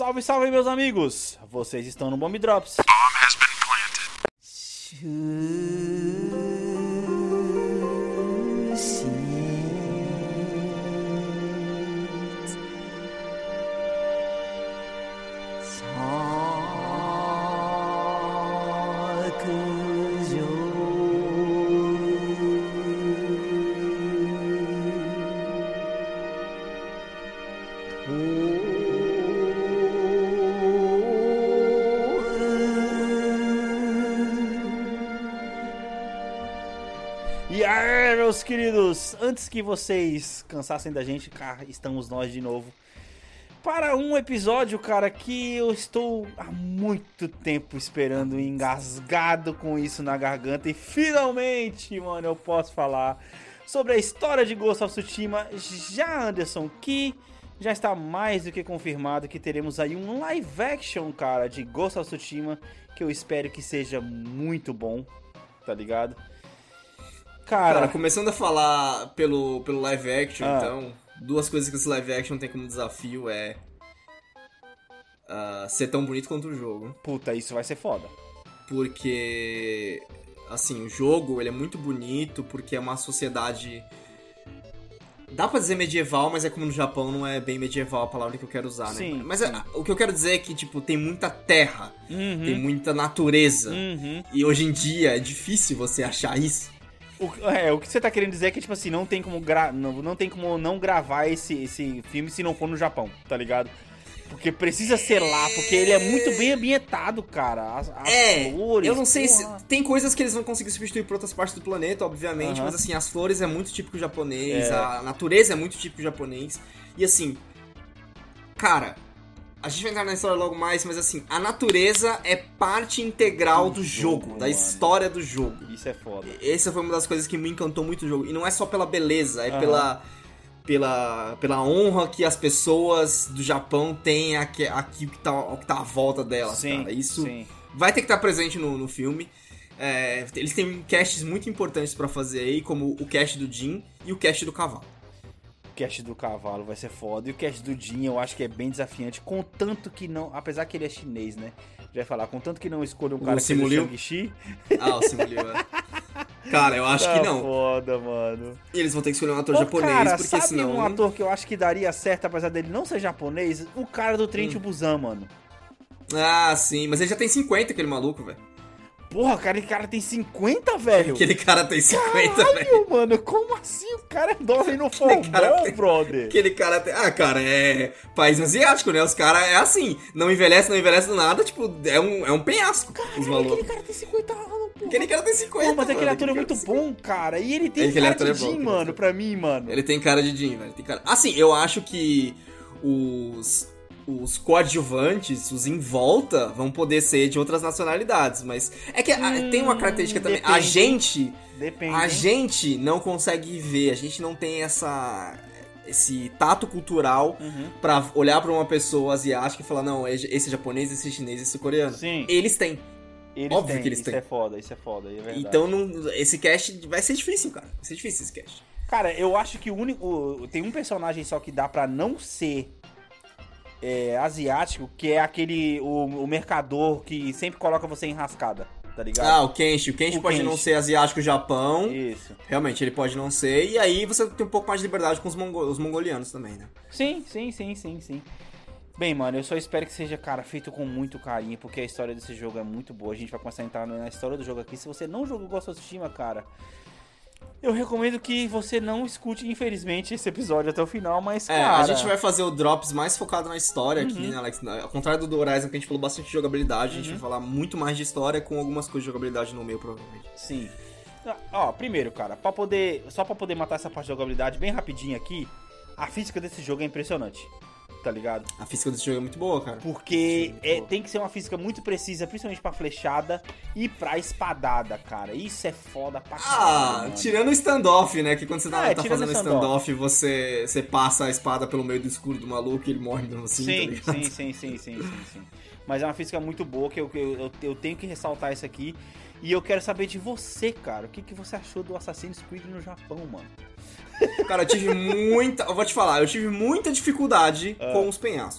Salve, salve, meus amigos! Vocês estão no Bomb Drops. E aí, meus queridos, antes que vocês cansassem da gente, cá estamos nós de novo para um episódio, cara, que eu estou há muito tempo esperando, engasgado com isso na garganta, e finalmente, mano, eu posso falar sobre a história de Ghost of Tsushima. Já, Anderson, que já está mais do que confirmado que teremos aí um live action, cara, de Ghost of Tsushima, que eu espero que seja muito bom, tá ligado? Cara, começando a falar pelo live action, então, duas coisas que esse live action tem como desafio é ser tão bonito quanto o jogo. Puta, isso vai ser foda. Porque, assim, o jogo, ele é muito bonito porque é uma sociedade... Dá pra dizer medieval, mas é como no Japão, não é bem medieval a palavra que eu quero usar, né? Sim, mas sim. O que eu quero dizer é que, tipo, tem muita terra, tem muita natureza. E hoje em dia é difícil você achar isso. O que você tá querendo dizer é que, tipo assim, não tem como não gravar esse filme se não for no Japão, tá ligado? Porque precisa ser lá, porque ele é muito bem ambientado, cara. As flores, eu não sei porra. se... Tem coisas que eles vão conseguir substituir por outras partes do planeta, obviamente, mas assim, as flores é muito típico japonês, a natureza é muito típico japonês. E assim, cara... A gente vai entrar na história logo mais, mas assim, a natureza é parte integral do jogo, da história do jogo. Isso é foda. Essa foi uma das coisas que me encantou muito no jogo. E não é só pela beleza, é pela honra que as pessoas do Japão têm aqui o que tá à volta delas, sim, cara. Isso sim. vai ter que estar presente no filme. Eles têm casts muito importantes pra fazer aí, como o cast do Jin e o cast do cavalo. O cast do cavalo vai ser foda. E o cast do Jin eu acho que é bem desafiante, contanto que não... Apesar que ele é chinês, né? Já ia falar, contanto que não escolha um cara que seja o Shang-Chi. O Simuliu, Cara, eu acho que não. Foda, mano. E eles vão ter que escolher um ator japonês, cara, porque sabe senão... um ator que eu acho que daria certo, apesar dele não ser japonês? O cara do Trent Busan, mano. Ah, sim. Mas ele já tem 50, aquele maluco, velho. Porra, aquele cara tem 50, velho. Aquele cara tem 50, Caralho, velho. Mano, como assim? O cara dorme no fogão, brother. Aquele cara tem... Ah, cara, é país asiático, né? Os caras é assim. Não envelhece do nada. Tipo, é um penhasco. Caralho, os malucos. aquele cara tem 50 anos, porra. Aquele cara tem 50, Não, mas aquele ator é muito bom, cara. E ele tem cara de Jin, mano, pra mim, mano. Ele tem cara de Jin, velho. Tem cara... Assim, eu acho que os coadjuvantes, os em volta, vão poder ser de outras nacionalidades, mas é que tem uma característica também. Depende. A gente não consegue ver, a gente não tem esse tato cultural pra olhar pra uma pessoa asiática e falar, não, esse é japonês, esse é chinês, esse é coreano. Sim. Eles têm. Óbvio que eles têm. Isso é foda, é verdade. Então, esse cast vai ser difícil, cara. Vai ser difícil esse cast. Cara, eu acho que tem um personagem só que dá pra não ser asiático, que é aquele, o mercador que sempre coloca você em rascada, tá ligado? O Kenshi. O Kenshi pode não ser asiático Japão. Isso. Realmente, ele pode não ser. E aí você tem um pouco mais de liberdade com os mongolianos também, né? Sim. Bem, mano, eu só espero que seja, cara, feito com muito carinho, porque a história desse jogo é muito boa. A gente vai começar a entrar na história do jogo aqui. Se você não jogou Ghost of Tsushima, cara, eu recomendo que você não escute, infelizmente, esse episódio até o final, mas, cara... a gente vai fazer o Drops mais focado na história aqui, né, Alex? Ao contrário do Horizon, que a gente falou bastante de jogabilidade, a gente vai falar muito mais de história com algumas coisas de jogabilidade no meio, provavelmente. Sim. Ó, primeiro, cara, só pra poder matar essa parte de jogabilidade bem rapidinho aqui, a física desse jogo é impressionante. Tá ligado? A física desse jogo é muito boa, cara. Porque tem que ser uma física muito precisa, principalmente pra flechada e pra espadada, cara. Isso é foda pra caralho. Tirando o standoff, né? Que quando você tá fazendo standoff, você passa a espada pelo meio do escuro do maluco e ele morre mesmo assim, sim, tá ligado? Sim. Mas é uma física muito boa, que eu tenho que ressaltar isso aqui. E eu quero saber de você, cara. O que você achou do Assassin's Creed no Japão, mano? Cara, eu vou te falar, eu tive muita dificuldade com os penhascos.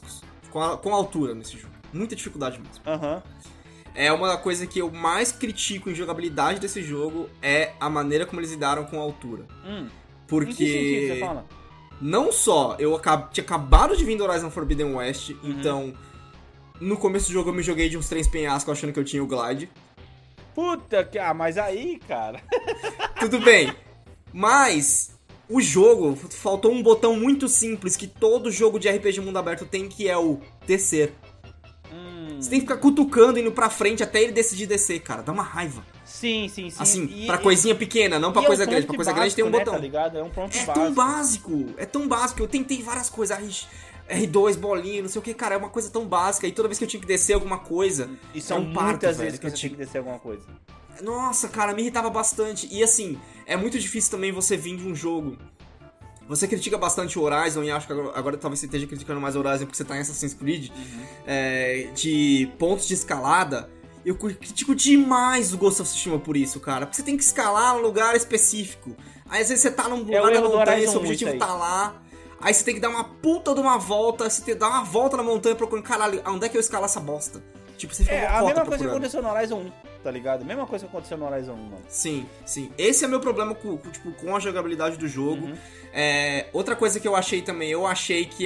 com a altura nesse jogo. Muita dificuldade mesmo. Aham. É uma coisa que eu mais critico em jogabilidade desse jogo é a maneira como eles lidaram com a altura. Porque... Em que sentido você fala? Não só, eu tinha acabado de vir do Horizon Forbidden West, então no começo do jogo eu me joguei de uns 3 penhascos achando que eu tinha o Glide. Puta que... Ah, mas aí, cara... Tudo bem, mas o jogo, faltou um botão muito simples que todo jogo de RPG mundo aberto tem, que é o descer. Você tem que ficar cutucando, indo pra frente até ele decidir descer, cara. Dá uma raiva. Sim. Assim, pra coisinha pequena, não pra coisa grande. Pra coisa grande tem um botão. Tá ligado? É um prompt básico. Tão básico. Eu tentei várias coisas. R2, bolinha, não sei o que, cara. É uma coisa tão básica. E toda vez que eu tinha que descer alguma coisa... E são muitas vezes que você tinha que descer alguma coisa. Nossa, cara, me irritava bastante. E assim, é muito difícil também você vir de um jogo... Você critica bastante o Horizon, e acho que agora talvez você esteja criticando mais o Horizon porque você tá em Assassin's Creed, de pontos de escalada. Eu critico demais o Ghost of Tsushima por isso, cara. Porque você tem que escalar num lugar específico. Aí às vezes você tá num lugar da montanha, seu objetivo tá lá. Aí você tem que dar uma puta de uma volta, você tem que dar uma volta na montanha procurando, caralho, onde é que eu escalo essa bosta? Tipo, você fica a mesma coisa que aconteceu no Horizon 1, tá ligado? Mesma coisa que aconteceu no Horizon 1, mano. Sim. Esse é meu problema com a jogabilidade do jogo. Outra coisa que eu achei também, eu achei que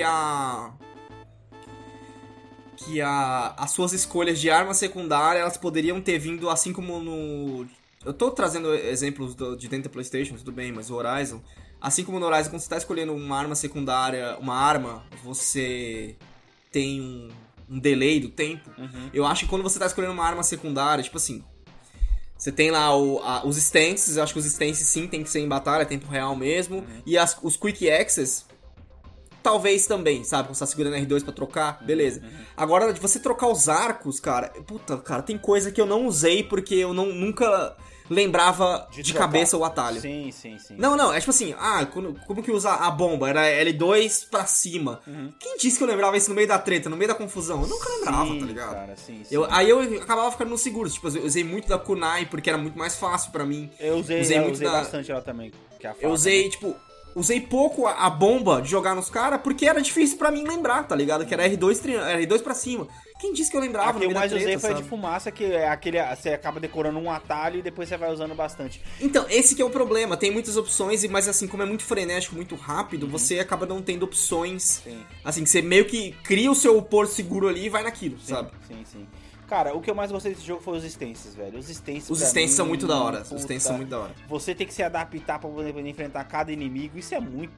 as suas escolhas de arma secundária, elas poderiam ter vindo assim como no... Eu tô trazendo exemplos de dentro da PlayStation, tudo bem, mas o Horizon... Assim como no Horizon, quando você tá escolhendo uma arma secundária, você tem um delay do tempo. Eu acho que quando você tá escolhendo uma arma secundária, tipo assim... Você tem lá os stances, eu acho que os stances sim tem que ser em batalha, tempo real mesmo. E os quick access, talvez também, sabe? Quando você tá segurando R2 pra trocar, beleza. Agora, de você trocar os arcos, cara... Puta, cara, tem coisa que eu não usei porque eu nunca... lembrava de cabeça o atalho. Sim. Não, é tipo assim, como que usa a bomba? Era L2 pra cima. Quem disse que eu lembrava isso no meio da treta, no meio da confusão? Eu nunca lembrava, tá ligado? Cara, sim. Aí eu acabava ficando no seguro. Tipo, eu usei muito da kunai porque era muito mais fácil pra mim. Eu usei bastante ela também. Que é a faca, eu usei, tipo... Usei pouco a bomba de jogar nos caras porque era difícil pra mim lembrar, tá ligado? Que era R2 pra cima. Quem disse que eu lembrava? A que eu mais usei foi a de fumaça, que é aquele... Você acaba decorando um atalho e depois você vai usando bastante. Então, esse que é o problema. Tem muitas opções, mas assim, como é muito frenético, muito rápido, você acaba não tendo opções. Sim. Assim, que você meio que cria o seu porto seguro ali e vai naquilo, sabe? Sim. Cara, o que eu mais gostei desse jogo foi os stances, velho. Os stances são muito da hora. Os stances são muito da hora. Você tem que se adaptar pra poder enfrentar cada inimigo. Isso é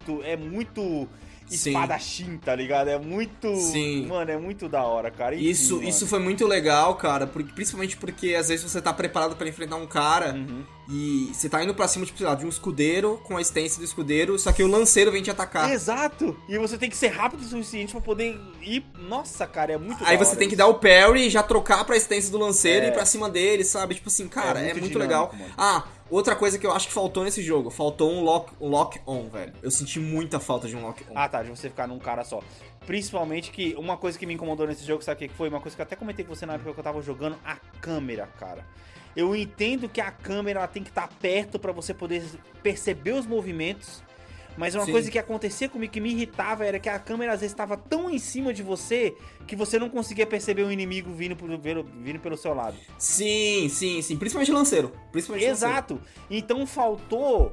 muito espadachim, tá ligado? É muito... Sim. Mano, é muito da hora, cara. Enfim, isso foi muito legal, cara. Principalmente porque às vezes você tá preparado pra enfrentar um cara e você tá indo pra cima, tipo, sei lá, de um escudeiro com a stance do escudeiro, só que o lanceiro vem te atacar. Exato! E você tem que ser rápido o suficiente pra poder ir... Nossa, cara, é muito da hora. Aí você tem que dar o parry e já trocar pra stance do lanceiro e ir pra cima dele, sabe? Tipo assim, cara, é muito legal. Mano. Outra coisa que eu acho que faltou nesse jogo, faltou um lock-on, velho. Eu senti muita falta de um lock-on. Tá, de você ficar num cara só. Principalmente que uma coisa que me incomodou nesse jogo, sabe o que foi? Uma coisa que eu até comentei com você na época que eu tava jogando, a câmera, cara. Eu entendo que a câmera ela tem que estar perto pra você poder perceber os movimentos, mas uma coisa que acontecia comigo que me irritava era que a câmera às vezes estava tão em cima de você que você não conseguia perceber o inimigo vindo pelo seu lado. Sim. Principalmente lanceiro. Exato. Então faltou...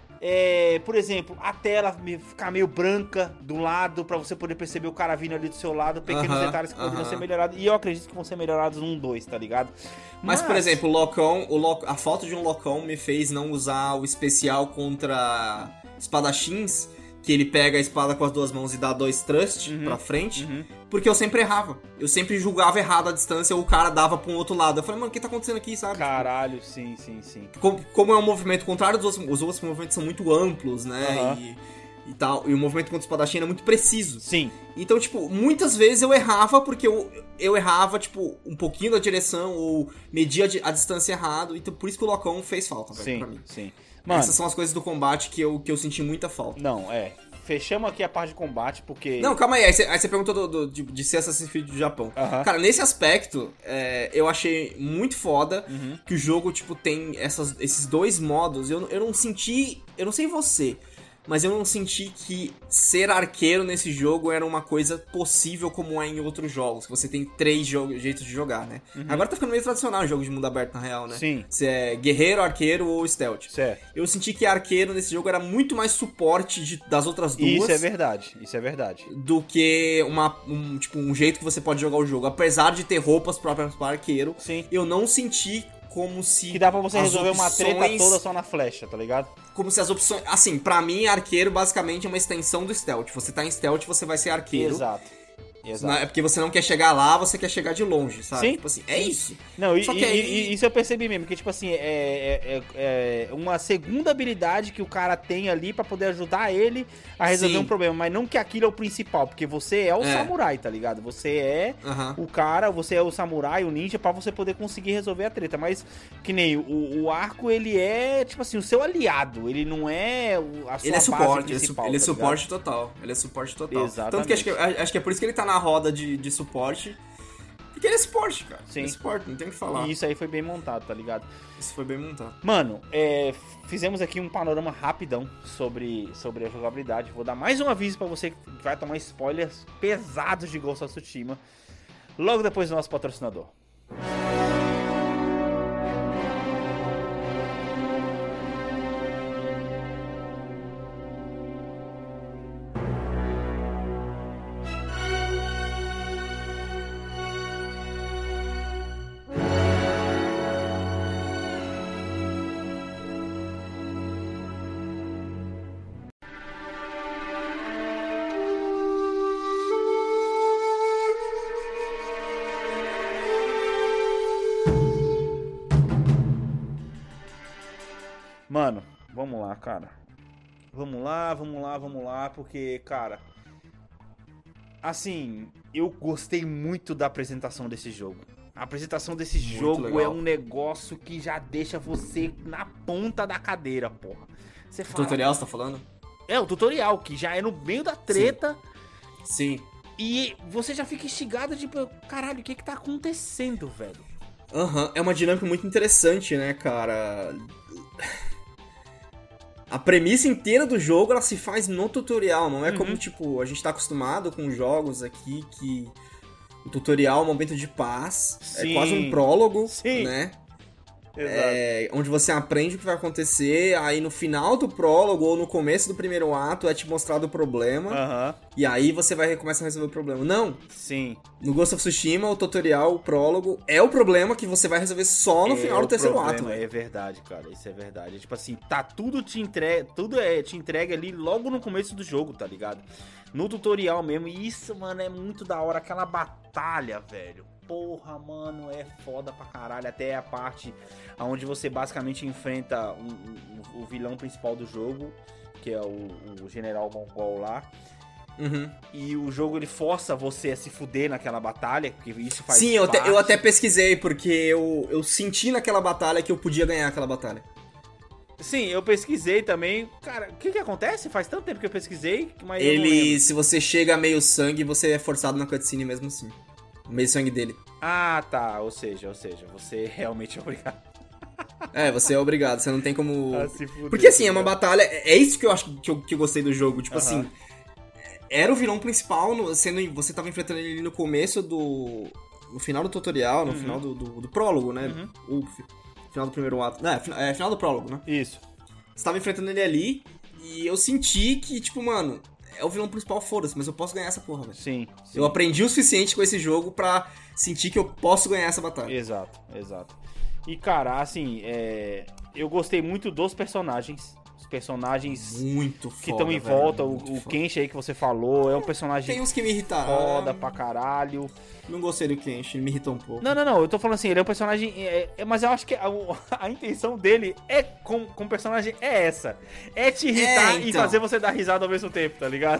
por exemplo, a tela ficar meio branca do lado pra você poder perceber o cara vindo ali do seu lado, pequenos detalhes que poderiam ser melhorados, e eu acredito que vão ser melhorados no 2, tá ligado? Mas por exemplo, a falta de um lock-on me fez não usar o especial contra espadachins, que ele pega a espada com as duas mãos e dá 2 thrust pra frente, porque eu sempre errava. Eu sempre julgava errado a distância, ou o cara dava pra um outro lado. Eu falei, mano, o que tá acontecendo aqui, sabe? Caralho, sim. Como é um movimento contrário dos outros, os outros movimentos são muito amplos, né? E tal, e o movimento contra o espadachim é muito preciso. Sim. Então, tipo, muitas vezes eu errava porque eu errava, tipo, um pouquinho da direção ou media a distância errado. Então, por isso que o lock-on fez falta, velho, pra mim. Sim. Mano, essas são as coisas do combate que eu senti muita falta. Não, fechamos aqui a parte de combate, porque... Não, calma aí você perguntou de ser Assassin's Creed do Japão. Cara, nesse aspecto, eu achei muito foda que o jogo, tipo, tem esses 2 modos. Eu não senti... Eu não sei você, mas eu não senti que ser arqueiro nesse jogo era uma coisa possível como é em outros jogos. Você tem 3 jeitos de jogar, né? Agora tá ficando meio tradicional o jogo de mundo aberto, na real, né? Sim. Você é guerreiro, arqueiro ou stealth. Certo. Eu senti que arqueiro nesse jogo era muito mais suporte das outras duas. Isso é verdade. Do que um jeito que você pode jogar o jogo. Apesar de ter roupas próprias para arqueiro, sim, eu não senti como se... Que dá pra você resolver uma treta toda só na flecha, tá ligado? Como se as opções... Assim, pra mim, arqueiro basicamente é uma extensão do stealth. Você tá em stealth, você vai ser arqueiro. Exato. É porque você não quer chegar lá, você quer chegar de longe, sabe? Sim. Tipo assim, é isso. Não, isso eu percebi mesmo, que tipo assim, é uma segunda habilidade que o cara tem ali pra poder ajudar ele a resolver um problema, mas não que aquilo é o principal, porque você é o samurai, tá ligado? Você é o cara, você é o samurai, o ninja, pra você poder conseguir resolver a treta, mas que nem o arco, ele é, tipo assim, o seu aliado, ele não é a sua suporte, principal, ele é tá suporte total, ele é suporte total. Exatamente. Tanto que acho que é por isso que ele tá na roda de suporte. Porque ele é suporte, cara. Sim. Ele é suporte, não tem o que falar. E isso aí foi bem montado, tá ligado? Isso foi bem montado. Mano, fizemos aqui um panorama rapidão sobre a jogabilidade. Vou dar mais um aviso pra você que vai tomar spoilers pesados de Ghost of Tsushima logo depois do nosso patrocinador. Mano, vamos lá, cara. Vamos lá, porque, cara... Assim, eu gostei muito da apresentação desse jogo. A apresentação desse jogo legal. É um negócio que já deixa você na ponta da cadeira, porra. Você fala, o tutorial, você tá falando? É, o tutorial, que já é no meio da treta. Sim. E você já fica instigado, tipo, caralho, o que tá acontecendo, velho? É uma dinâmica muito interessante, né, cara? A premissa inteira do jogo, ela se faz no tutorial, não é como, tipo, a gente tá acostumado com jogos aqui que o tutorial é um momento de paz, Sim. é quase um prólogo, Sim. né? Exato. Onde você aprende o que vai acontecer, aí no final do prólogo ou no começo do primeiro ato é te mostrado o problema, e aí você começa a resolver o problema. Não! Sim. No Ghost of Tsushima, o tutorial, o prólogo, é o problema que você vai resolver só no final do terceiro ato. É verdade, cara, isso é verdade. Tipo assim, tá tudo te entrega ali logo no começo do jogo, tá ligado? No tutorial mesmo, e isso, mano, é muito da hora, aquela batalha, velho. Porra, mano, é foda pra caralho. Até a parte onde você basicamente enfrenta o vilão principal do jogo, que é o General Mongol lá. E o jogo, ele força você a se fuder naquela batalha, que isso faz Sim, eu até pesquisei, porque eu senti naquela batalha que eu podia ganhar aquela batalha. Sim, eu pesquisei também. Cara, o que acontece? Faz tanto tempo que eu pesquisei, mas se você chega a meio sangue, você é forçado na cutscene mesmo assim. Meio sangue dele. Ah, tá. Ou seja, você realmente é obrigado. Você é obrigado, você não tem como... se fuder, porque assim, é uma batalha... É isso que eu acho que eu gostei do jogo. Tipo assim, era o vilão principal, você tava enfrentando ele no começo no final do tutorial, no final do prólogo, né? O final do primeiro ato. Não, final do prólogo, né? Isso. Você tava enfrentando ele ali, e eu senti que, tipo, mano... É o vilão principal, foda-se, mas eu posso ganhar essa porra, velho. Sim. Eu aprendi o suficiente com esse jogo pra sentir que eu posso ganhar essa batalha. Exato. E, cara, assim, eu gostei muito dos personagens. Os personagens muito que estão em volta. O Kenshi aí que você falou, é um personagem... Tem uns que me irritaram. Foda pra caralho. Não gostei do Kenshi, ele me irritou um pouco. Não, eu tô falando assim, ele é um personagem... mas eu acho que a intenção dele com o personagem é essa. É te irritar e fazer você dar risada ao mesmo tempo, tá ligado?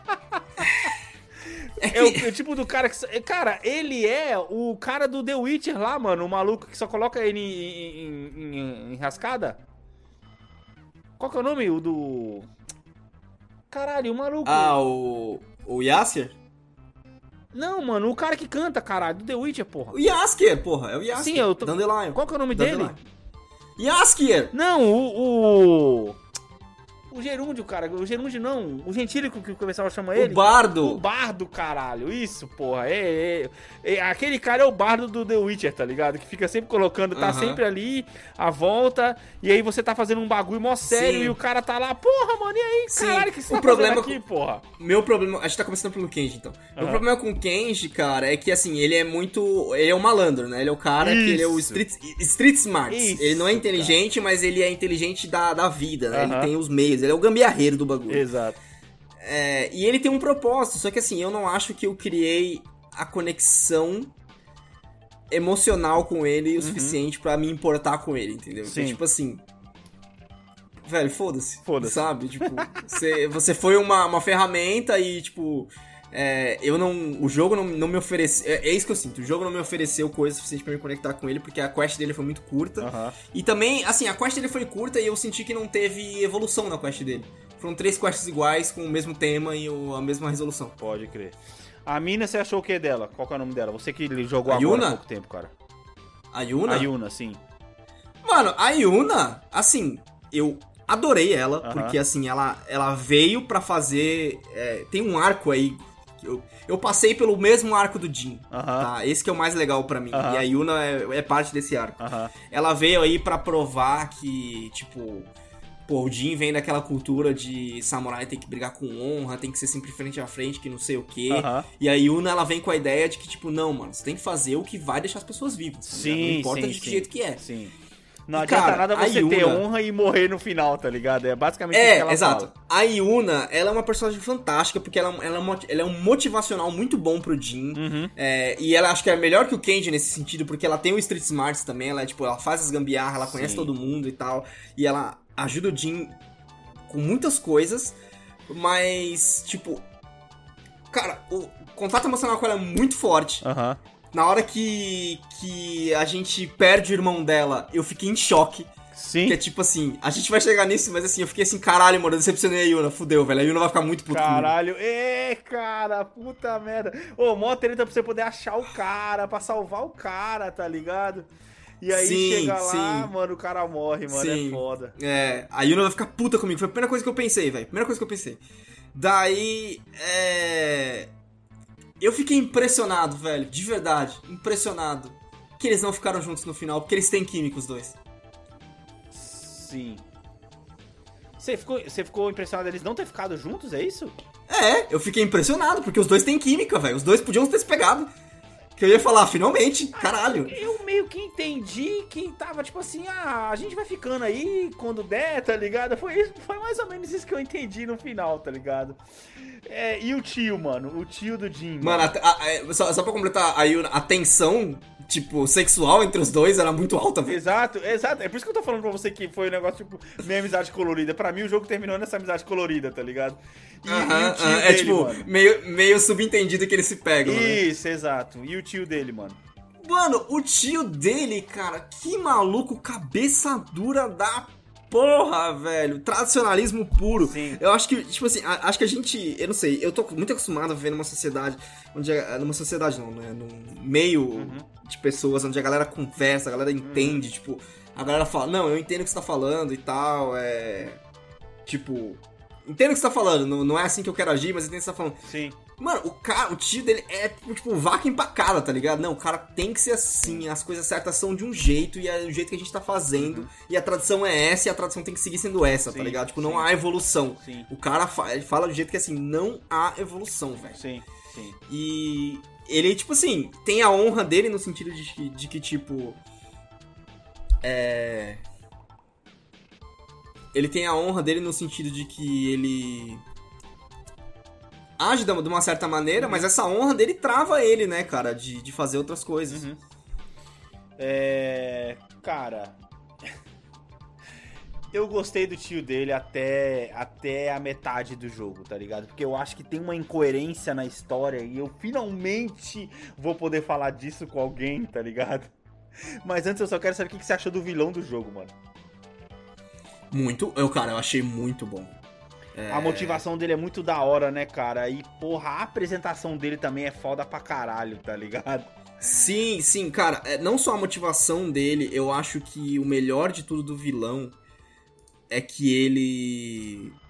É o tipo do cara que... Cara, ele é o cara do The Witcher lá, mano. O maluco que só coloca ele em rascada. Qual que é o nome? O do... Caralho, o maluco... o Yasker? Não, mano, o cara que canta, caralho, do The Witcher, porra. O Yasker, porra, é o Yasker. Sim, eu tô... Dandelion. Qual que é o nome dele? Yasker! Não, O Gerúndio, cara. O Gerúndio não. O Gentílico que o pessoal chama ele. O Bardo. O Bardo, caralho. Isso, porra. Aquele cara é o Bardo do The Witcher, tá ligado? Que fica sempre colocando, tá sempre ali, à volta, e aí você tá fazendo um bagulho mó sério. Sim. E o cara tá lá, porra, mano, e aí, caralho, que você tá fazendo aqui, porra? Meu problema... A gente tá começando pelo Kenji, então. Meu problema com o Kenji, cara, é que, assim, ele é muito... Ele é um malandro, né? Ele é o cara que ele é o street smart. Isso, ele não é inteligente, cara. Mas ele é inteligente da vida, né? Ele tem os meios, ele é o gambiarreiro do bagulho. Exato. E ele tem um propósito, só que assim, eu não acho que eu criei a conexão emocional com ele o suficiente pra me importar com ele, entendeu? Então, tipo assim... Velho, foda-se. Sabe? Tipo, você foi uma ferramenta e, tipo... o jogo não me ofereceu... É isso que eu sinto. O jogo não me ofereceu coisa suficiente pra me conectar com ele, porque a quest dele foi muito curta. E também, assim, a quest dele foi curta e eu senti que não teve evolução na quest dele. Foram 3 quests iguais, com o mesmo tema e a mesma resolução. Pode crer. A mina, você achou o que dela? Qual que é o nome dela? Você que jogou agora há pouco tempo, cara. A Yuna? A Yuna, sim. Mano, a Yuna, assim, eu... adorei ela, porque assim, ela veio pra fazer... tem um arco aí, eu passei pelo mesmo arco do Jin, tá? Esse que é o mais legal pra mim, e a Yuna é parte desse arco. Ela veio aí pra provar que, tipo... Pô, o Jin vem daquela cultura de samurai tem que brigar com honra, tem que ser sempre frente a frente, que não sei o quê. E a Yuna, ela vem com a ideia de que, tipo, não, mano, você tem que fazer o que vai deixar as pessoas vivas. Sim, não importa sim, de que jeito que é. Sim. Não adianta nada você ter honra e morrer no final, tá ligado? É basicamente isso que ela exato. fala. A Yuna, ela é uma personagem fantástica, porque ela é um motivacional muito bom pro Jin. E ela acho que é melhor que o Kenji nesse sentido, porque ela tem o Street Smarts também, ela faz as gambiarras, ela conhece todo mundo e tal. E ela ajuda o Jin com muitas coisas, mas, tipo... Cara, o contato emocional com ela é muito forte. Na hora que a gente perde o irmão dela, eu fiquei em choque. Sim. Que é tipo assim, a gente vai chegar nisso, mas assim, eu fiquei assim, caralho, mano, eu decepcionei a Yuna, fudeu, velho. A Yuna vai ficar muito puta Caralho, cara, puta merda. Mó treta pra você poder achar o cara, pra salvar o cara, tá ligado? E aí chega lá, mano, o cara morre, mano, é foda. A Yuna vai ficar puta comigo, foi a primeira coisa que eu pensei, velho. Daí, eu fiquei impressionado, velho, de verdade, impressionado, que eles não ficaram juntos no final, porque eles têm química, os dois. Sim. Você ficou impressionado deles não ter ficado juntos, é isso? Eu fiquei impressionado, porque os dois têm química, velho, os dois podiam ter se pegado. Que eu ia falar, finalmente, caralho. Eu meio que entendi que tava tipo assim, a gente vai ficando aí quando der, tá ligado? Foi mais ou menos isso que eu entendi no final, tá ligado? E o tio, mano, o tio do Jin. Mano, só pra completar, a tensão, tipo, sexual entre os dois era muito alta, velho. Exato. É por isso que eu tô falando pra você que foi um negócio, tipo, meio amizade colorida. Pra mim, o jogo terminou nessa amizade colorida, tá ligado? E o tio dele, tipo, mano, meio subentendido que eles se pegam, isso, né? Exato. E o tio dele, mano? Mano, o tio dele, cara, que maluco, cabeça dura da porra, velho. Tradicionalismo puro. Sim. Eu acho que, tipo assim, acho que a gente... Eu não sei, eu tô muito acostumado a viver numa sociedade onde... Numa sociedade não, né? Num meio de pessoas onde a galera conversa, a galera entende, tipo... A galera fala, não, eu entendo o que você tá falando e tal, Tipo... Entendo o que você tá falando, não é assim que eu quero agir, mas entendo o que você tá falando. Sim. Mano, o tio dele é, tipo, vaca empacada, tá ligado? Não, o cara tem que ser assim, as coisas certas são de um jeito, e é do jeito que a gente tá fazendo, e a tradição é essa, e a tradição tem que seguir sendo essa, tá ligado? Tipo, não há evolução. Sim. O cara fala do jeito que, assim, não há evolução, velho. Sim. E ele, tipo assim, tem a honra dele no sentido de que, tipo... Ele tem a honra dele no sentido de que ele... age de uma certa maneira, mas essa honra dele trava ele, né, cara, de fazer outras coisas. Cara, eu gostei do tio dele até a metade do jogo, tá ligado? Porque eu acho que tem uma incoerência na história e eu finalmente vou poder falar disso com alguém, tá ligado? Mas antes eu só quero saber o que você achou do vilão do jogo, mano. Eu achei muito bom. A motivação dele é muito da hora, né, cara? E, porra, a apresentação dele também é foda pra caralho, tá ligado? Sim, cara, não só a motivação dele, eu acho que o melhor de tudo do vilão é que ele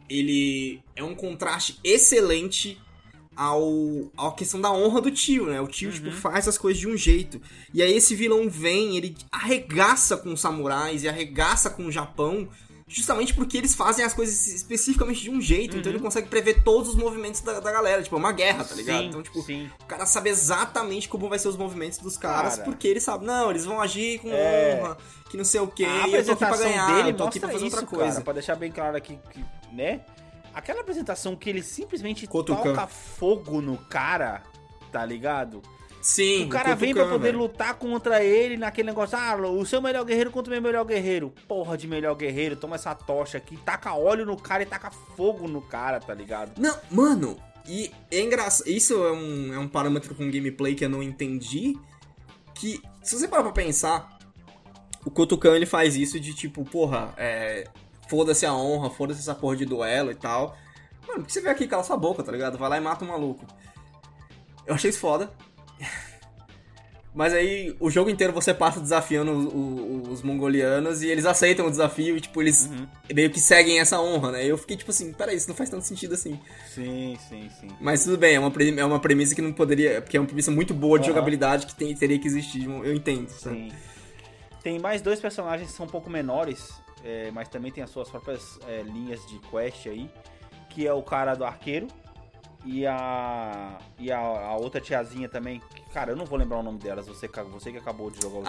ele é um contraste excelente à questão da honra do tio, né? O tio, tipo, faz as coisas de um jeito. E aí esse vilão vem, ele arregaça com os samurais e arregaça com o Japão, justamente porque eles fazem as coisas especificamente de um jeito. Então ele consegue prever todos os movimentos da galera. Tipo, é uma guerra, tá ligado? Sim, então, tipo, sim. o cara sabe exatamente como vai ser os movimentos dos caras, porque ele sabe, não, eles vão agir com honra, que não sei o quê. A e eu tô aqui pra ganhar, dele eu tô aqui pra fazer outra coisa. Cara, pra deixar bem claro aqui, né? Aquela apresentação que ele simplesmente Cutucando. toca fogo no cara, tá ligado? Sim, o cara vem pra poder velho. lutar contra ele naquele negócio, o seu melhor guerreiro contra o meu melhor guerreiro. Porra de melhor guerreiro, toma essa tocha aqui, taca óleo no cara e taca fogo no cara, tá ligado? Não, mano, e é engraçado, isso é um parâmetro com gameplay que eu não entendi, que se você parar pra pensar, o Kotukan ele faz isso de tipo, porra, foda-se a honra, foda-se essa porra de duelo e tal. Mano, por que você veio aqui, cala sua boca, tá ligado? Vai lá e mata o maluco. Eu achei isso foda. Mas aí, o jogo inteiro você passa desafiando os mongolianos e eles aceitam o desafio e, tipo, eles meio que seguem essa honra, né? E eu fiquei tipo assim, peraí, isso não faz tanto sentido assim. Sim. Mas tudo bem, é uma premissa que não poderia... Porque é uma premissa muito boa de jogabilidade que teria que existir, eu entendo. Sabe? Sim. Tem mais dois personagens que são um pouco menores, mas também tem as suas próprias linhas de quest aí, que é o cara do arqueiro e a outra tiazinha também. Cara, eu não vou lembrar o nome delas, você que acabou de jogar o jogo.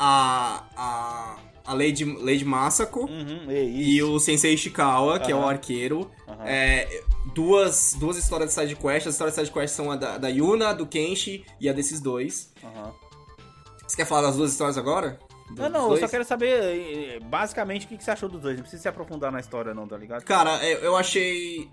A Lady Masako e o Sensei Ishikawa, que é o arqueiro. Duas histórias de side quest. As histórias de side quest são a da Yuna, do Kenshi e a desses dois. Você quer falar das duas histórias agora? Não, eu só quero saber basicamente o que você achou dos dois. Não precisa se aprofundar na história não, tá ligado? Cara, eu achei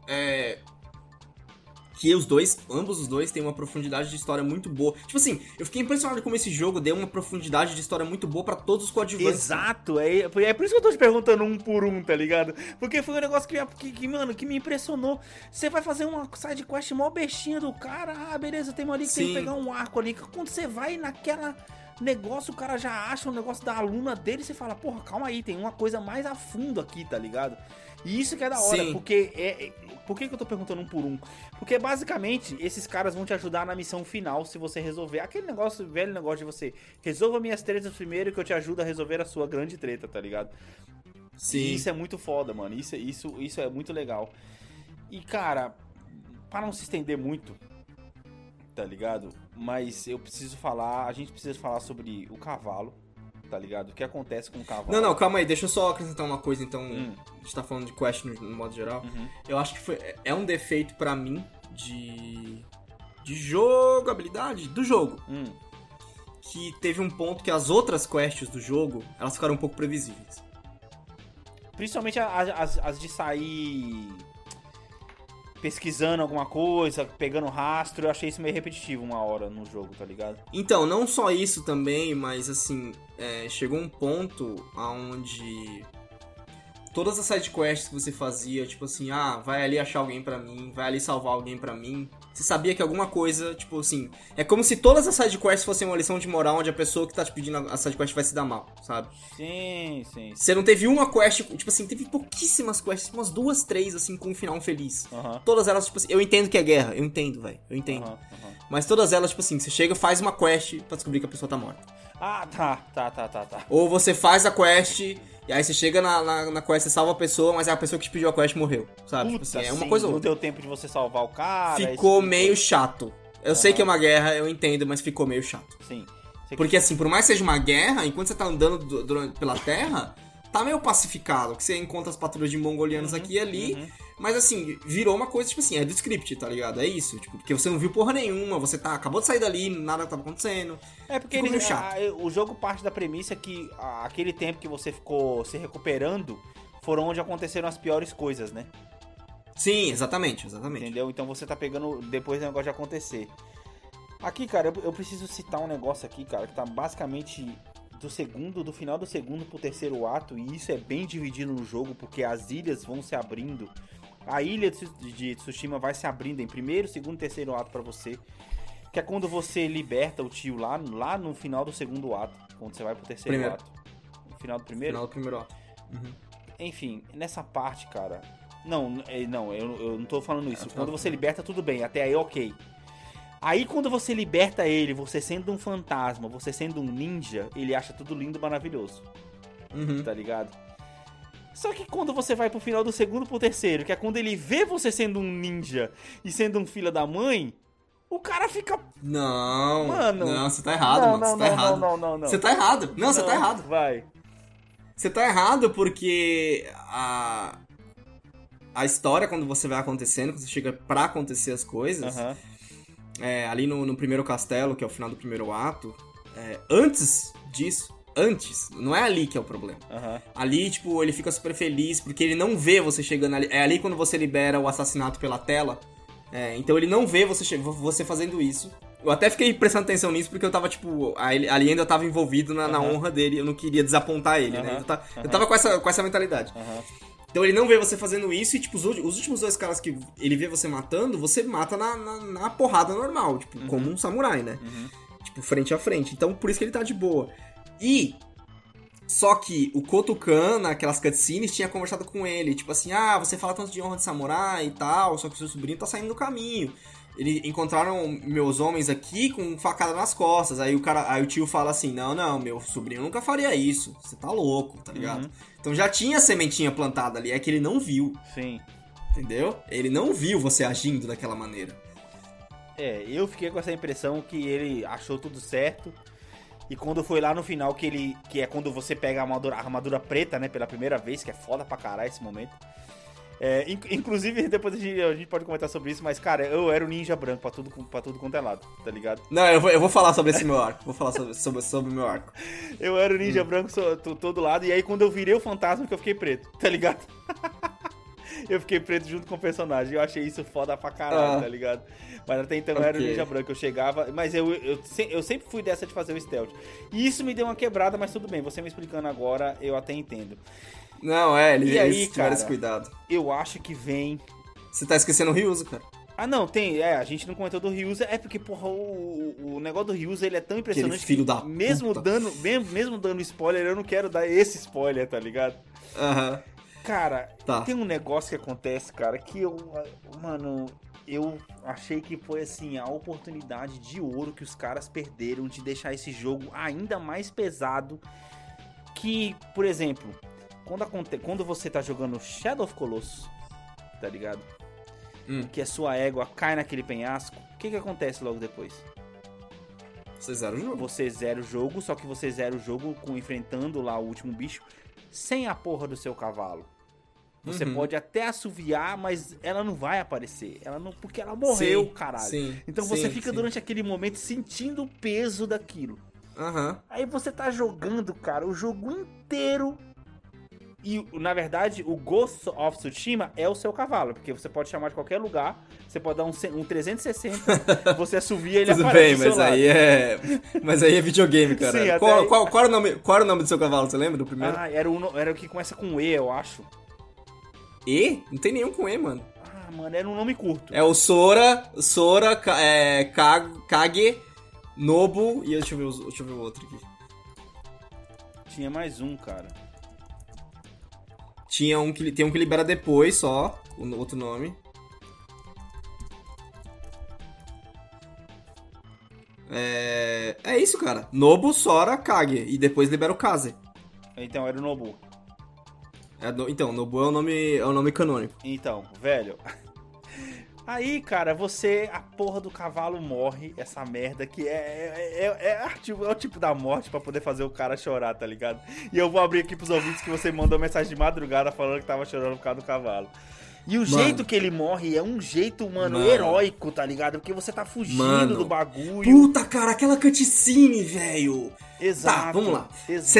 que ambos os dois têm uma profundidade de história muito boa. Tipo assim, eu fiquei impressionado como esse jogo deu uma profundidade de história muito boa pra todos os coadjuvantes. Exato, é por isso que eu tô te perguntando um por um, tá ligado? Porque foi um negócio que me impressionou. Você vai fazer uma side quest mó bestinha do cara, beleza, tem uma ali que tem que pegar um arco ali. Quando você vai naquela negócio, o cara já acha um negócio da aluna dele e você fala, porra, calma aí, tem uma coisa mais a fundo aqui, tá ligado? E isso que é da hora, porque por que eu tô perguntando um por um? Porque basicamente esses caras vão te ajudar na missão final se você resolver aquele negócio, velho negócio de você resolva minhas tretas primeiro que eu te ajudo a resolver a sua grande treta, tá ligado? Sim. E isso é muito foda, mano. Isso é muito legal. E cara, para não se estender muito, tá ligado? Mas a gente precisa falar sobre o cavalo, tá ligado? O que acontece com o cavalo. Não, calma aí, deixa eu só acrescentar uma coisa, então, a gente tá falando de quest no modo geral. Eu acho que é um defeito pra mim de jogabilidade do jogo. Que teve um ponto que as outras quests do jogo, elas ficaram um pouco previsíveis. Principalmente as de sair pesquisando alguma coisa, pegando rastro, eu achei isso meio repetitivo uma hora no jogo, tá ligado? Então, não só isso também, mas assim, chegou um ponto onde todas as sidequests que você fazia, tipo assim, vai ali achar alguém pra mim, vai ali salvar alguém pra mim, você sabia que alguma coisa, tipo assim, é como se todas as sidequests fossem uma lição de moral onde a pessoa que tá te pedindo a sidequest vai se dar mal, sabe? Sim. Você não teve uma quest, tipo assim, teve pouquíssimas quests, umas 2, 3, assim, com um final feliz. Todas elas, tipo assim, eu entendo que é guerra, eu entendo, velho, eu entendo. Mas todas elas, tipo assim, você chega e faz uma quest pra descobrir que a pessoa tá morta. Tá. Ou você faz a quest... E aí você chega na quest, você salva a pessoa, mas a pessoa que te pediu a quest morreu, sabe? Puta, tipo assim, é uma coisa ou não outra. deu tempo de você salvar o cara. Ficou meio chato. Eu sei que é uma guerra, eu entendo, mas ficou meio chato. Sim. Porque assim, por mais que seja uma guerra, enquanto você tá andando pela terra, tá meio pacificado. Que você encontra as patrulhas de mongolianos aqui e ali. Mas assim, virou uma coisa, tipo assim, é do script, tá ligado? É isso, tipo, porque você não viu porra nenhuma, você acabou de sair dali, nada tava acontecendo. É porque o jogo parte da premissa que aquele tempo que você ficou se recuperando foram onde aconteceram as piores coisas, né? Sim, exatamente. Entendeu? Então você tá pegando depois do negócio de acontecer. Aqui, cara, eu preciso citar um negócio aqui, cara, que tá basicamente do final do segundo pro terceiro ato, e isso é bem dividido no jogo, porque as ilhas vão se abrindo. A ilha de Tsushima vai se abrindo em primeiro, segundo e terceiro ato pra você. Que é quando você liberta o tio lá no final do segundo ato. Quando você vai pro terceiro ato. No final do primeiro? Final do primeiro ato. Enfim, nessa parte, cara, Não, eu não tô falando isso. Quando você liberta, tudo bem, até aí ok. Aí quando você liberta ele, você sendo um fantasma, você sendo um ninja, ele acha tudo lindo e maravilhoso. Tá ligado? Só que quando você vai pro final do segundo pro terceiro, que é quando ele vê você sendo um ninja e sendo um filho da mãe, o cara fica... Não, mano, não, você tá errado, mano. Você tá errado. Não. Você tá errado. Não, você tá errado. Vai. Você tá errado porque a história, quando você vai acontecendo, quando você chega pra acontecer as coisas, ali no primeiro castelo, que é o final do primeiro ato, antes disso, não é ali que é o problema. Ali, tipo, ele fica super feliz porque ele não vê você chegando ali. É ali quando você libera o assassinato pela tela. Então ele não vê você fazendo isso. Eu até fiquei prestando atenção nisso porque eu tava, tipo... Ali ainda eu tava envolvido na honra dele. Eu não queria desapontar ele, né? Eu tava com essa mentalidade. Então ele não vê você fazendo isso e, tipo, os últimos 2 caras que ele vê você matando, você mata na porrada normal. Tipo, como um samurai, né? Tipo, frente a frente. Então, por isso que ele tá de boa. Só que o Kotukan, naquelas cutscenes, tinha conversado com ele. Tipo assim, você fala tanto de honra de samurai e tal, só que o seu sobrinho tá saindo do caminho. Eles encontraram meus homens aqui com facada nas costas. Aí o tio fala assim, não, meu sobrinho nunca faria isso. Você tá louco, tá ligado? Então já tinha sementinha plantada ali, é que ele não viu. Sim. Entendeu? Ele não viu você agindo daquela maneira. Eu fiquei com essa impressão que ele achou tudo certo. E quando foi lá no final, que é quando você pega a armadura preta, né, pela primeira vez, que é foda pra caralho esse momento. Inclusive, depois a gente pode comentar sobre isso, mas, cara, eu era o ninja branco pra tudo quanto é lado, tá ligado? Não, eu vou falar sobre esse meu arco. Vou falar sobre o meu arco. Eu era o ninja branco todo lado, e aí quando eu virei o fantasma que eu fiquei preto, tá ligado? Eu fiquei preto junto com o personagem. Eu achei isso foda pra caralho, tá ligado? Mas até então eu era o ninja branco. Eu chegava... Mas eu sempre fui dessa de fazer o stealth. E isso me deu uma quebrada, mas tudo bem. Você me explicando agora, eu até entendo. Não, eles tiveram esse cuidado. Eu acho que vem... Você tá esquecendo o Ryuza, cara. Não, tem... a gente não comentou do Ryuza. É porque, porra, o negócio do Ryuza, ele é tão impressionante. Aquele filho da mesmo puta. Mesmo dando spoiler, eu não quero dar esse spoiler, tá ligado? Cara, tem um negócio que acontece, cara, que eu achei que foi, assim, a oportunidade de ouro que os caras perderam de deixar esse jogo ainda mais pesado. Que, por exemplo, quando você tá jogando Shadow of Colossus, tá ligado? Que a sua égua cai naquele penhasco, o que acontece logo depois? Você zera o jogo. Você zera o jogo, só que você zera o jogo enfrentando lá o último bicho sem a porra do seu cavalo. Você pode até assoviar, mas ela não vai aparecer. Porque ela morreu, caralho. Então você fica durante aquele momento sentindo o peso daquilo. Aí você tá jogando, cara, o jogo inteiro. E, na verdade, o Ghost of Tsushima é o seu cavalo. Porque você pode chamar de qualquer lugar. Você pode dar um 360. Você assovia e ele tudo aparece bem, mas lado. Mas aí é videogame, cara. Sim, qual era o nome do seu cavalo? Você lembra do primeiro? Era o que começa com E, eu acho. E? Não tem nenhum com E, mano. Mano, era um nome curto. É o Sora, Kage, Nobu e deixa eu ver o outro aqui. Tinha mais um, cara. Tem um que libera depois só, o outro nome. É isso, cara. Nobu, Sora, Kage. E depois libera o Kaze. Então, era o Nobu. Então, Nobu é o nome canônico. Então, velho... Aí, cara, a porra do cavalo morre, essa merda que é o tipo da morte pra poder fazer o cara chorar, tá ligado? E eu vou abrir aqui pros ouvintes que você mandou mensagem de madrugada falando que tava chorando por causa do cavalo. E o jeito que ele morre é um jeito, mano, heróico, tá ligado? Porque você tá fugindo do bagulho. Puta, cara, aquela cutscene, velho. Exato. Tá, vamos lá.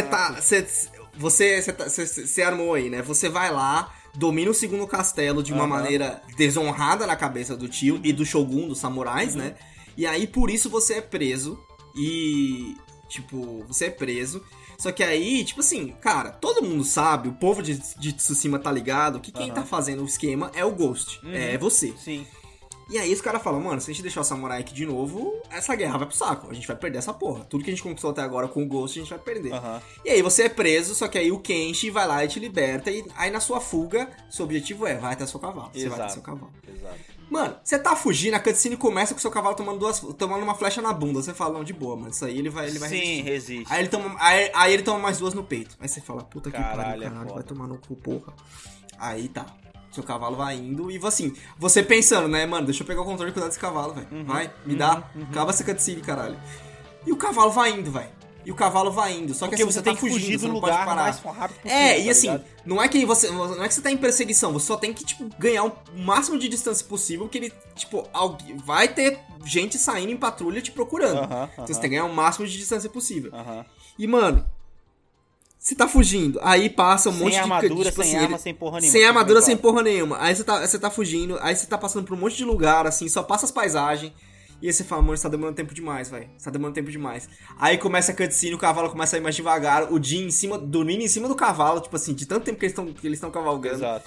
Você armou aí, né? Você vai lá, domina o segundo castelo de uma maneira desonrada na cabeça do tio e do Shogun, dos samurais, né? E aí, por isso, você é preso. Você é preso. Só que aí, tipo assim, cara, todo mundo sabe, o povo de Tsushima tá ligado, que quem tá fazendo o esquema é o Ghost. É você. Sim. E aí os caras falam, mano, se a gente deixar o samurai aqui de novo, essa guerra vai pro saco. A gente vai perder essa porra. Tudo que a gente conquistou até agora com o Ghost, a gente vai perder. E aí você é preso, só que aí o Kenshi vai lá e te liberta. E aí na sua fuga, seu objetivo é, vai até seu cavalo. Você vai até seu cavalo. Exato. Mano, você tá fugindo, a cutscene começa com o seu cavalo tomando uma flecha na bunda. Você fala, não, de boa, mano. Isso aí ele vai Sim, resiste. Aí ele toma mais 2 no peito. Aí você fala, puta que pariu, caralho, vai tomar no cu, porra. Aí tá. Seu cavalo vai indo e assim, você pensando, né, mano, deixa eu pegar o controle e cuidar desse cavalo, velho. Vai, me dá, acaba essa cutscene, caralho. E o cavalo vai indo, velho. Só que porque assim, você tá tem que fugindo, fugir você do não lugar pode parar. mais rápido possível. E assim, não é que você tá em perseguição, você só tem que, tipo, ganhar o máximo de distância possível, porque ele, tipo, vai ter gente saindo em patrulha te procurando. Então você tem que ganhar o máximo de distância possível. E, mano, você tá fugindo, aí passa um monte de armadura, tipo, sem assim, arma, sem porra nenhuma. Sem armadura, sem porra nenhuma. Aí você tá fugindo, aí você tá passando por um monte de lugar, assim, só passa as paisagens. E aí você fala, mano, isso tá demorando tempo demais, velho. Isso tá demorando tempo demais. Aí começa a cutscene, o cavalo começa a ir mais devagar, o Jin dormindo em cima do cavalo, tipo assim, de tanto tempo que eles estão cavalgando. Exato.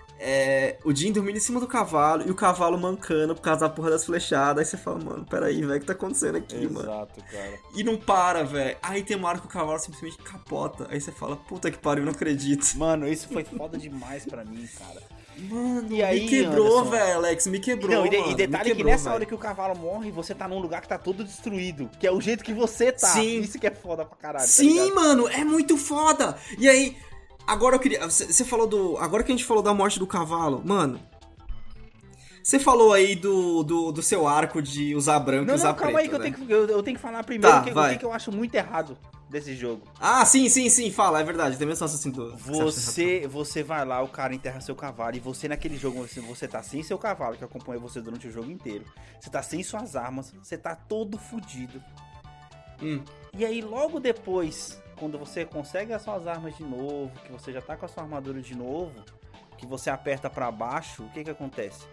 O Jin dormindo em cima do cavalo e o cavalo mancando por causa da porra das flechadas. Aí você fala, mano, peraí, velho, o que tá acontecendo aqui, mano? Exato, cara. E não para, velho. Aí tem uma hora que o cavalo simplesmente capota. Aí você fala, puta que pariu, não acredito. Mano, isso foi foda demais pra mim, cara. Mano, e aí, me quebrou, velho, Alex, me quebrou, não, mano. E detalhe que nessa hora que o cavalo morre, você tá num lugar que tá todo destruído. Que é o jeito que você tá. Sim. Isso que é foda pra caralho. Sim, tá, mano, é muito foda. E aí, agora eu queria... Você falou do... Agora que a gente falou da morte do cavalo, mano... Você falou aí do seu arco de usar branco e usar preto, calma aí que né? eu tenho que falar primeiro Tá, o que eu acho muito errado desse jogo. Ah, sim, fala, é verdade. Tem mesmo assim do... Você vai lá, o cara enterra seu cavalo e você naquele jogo, você tá sem seu cavalo, que acompanha você durante o jogo inteiro. Você tá sem suas armas, você tá todo fudido. E aí logo depois, quando você consegue as suas armas de novo, que você já tá com a sua armadura de novo, que você aperta pra baixo, o que acontece?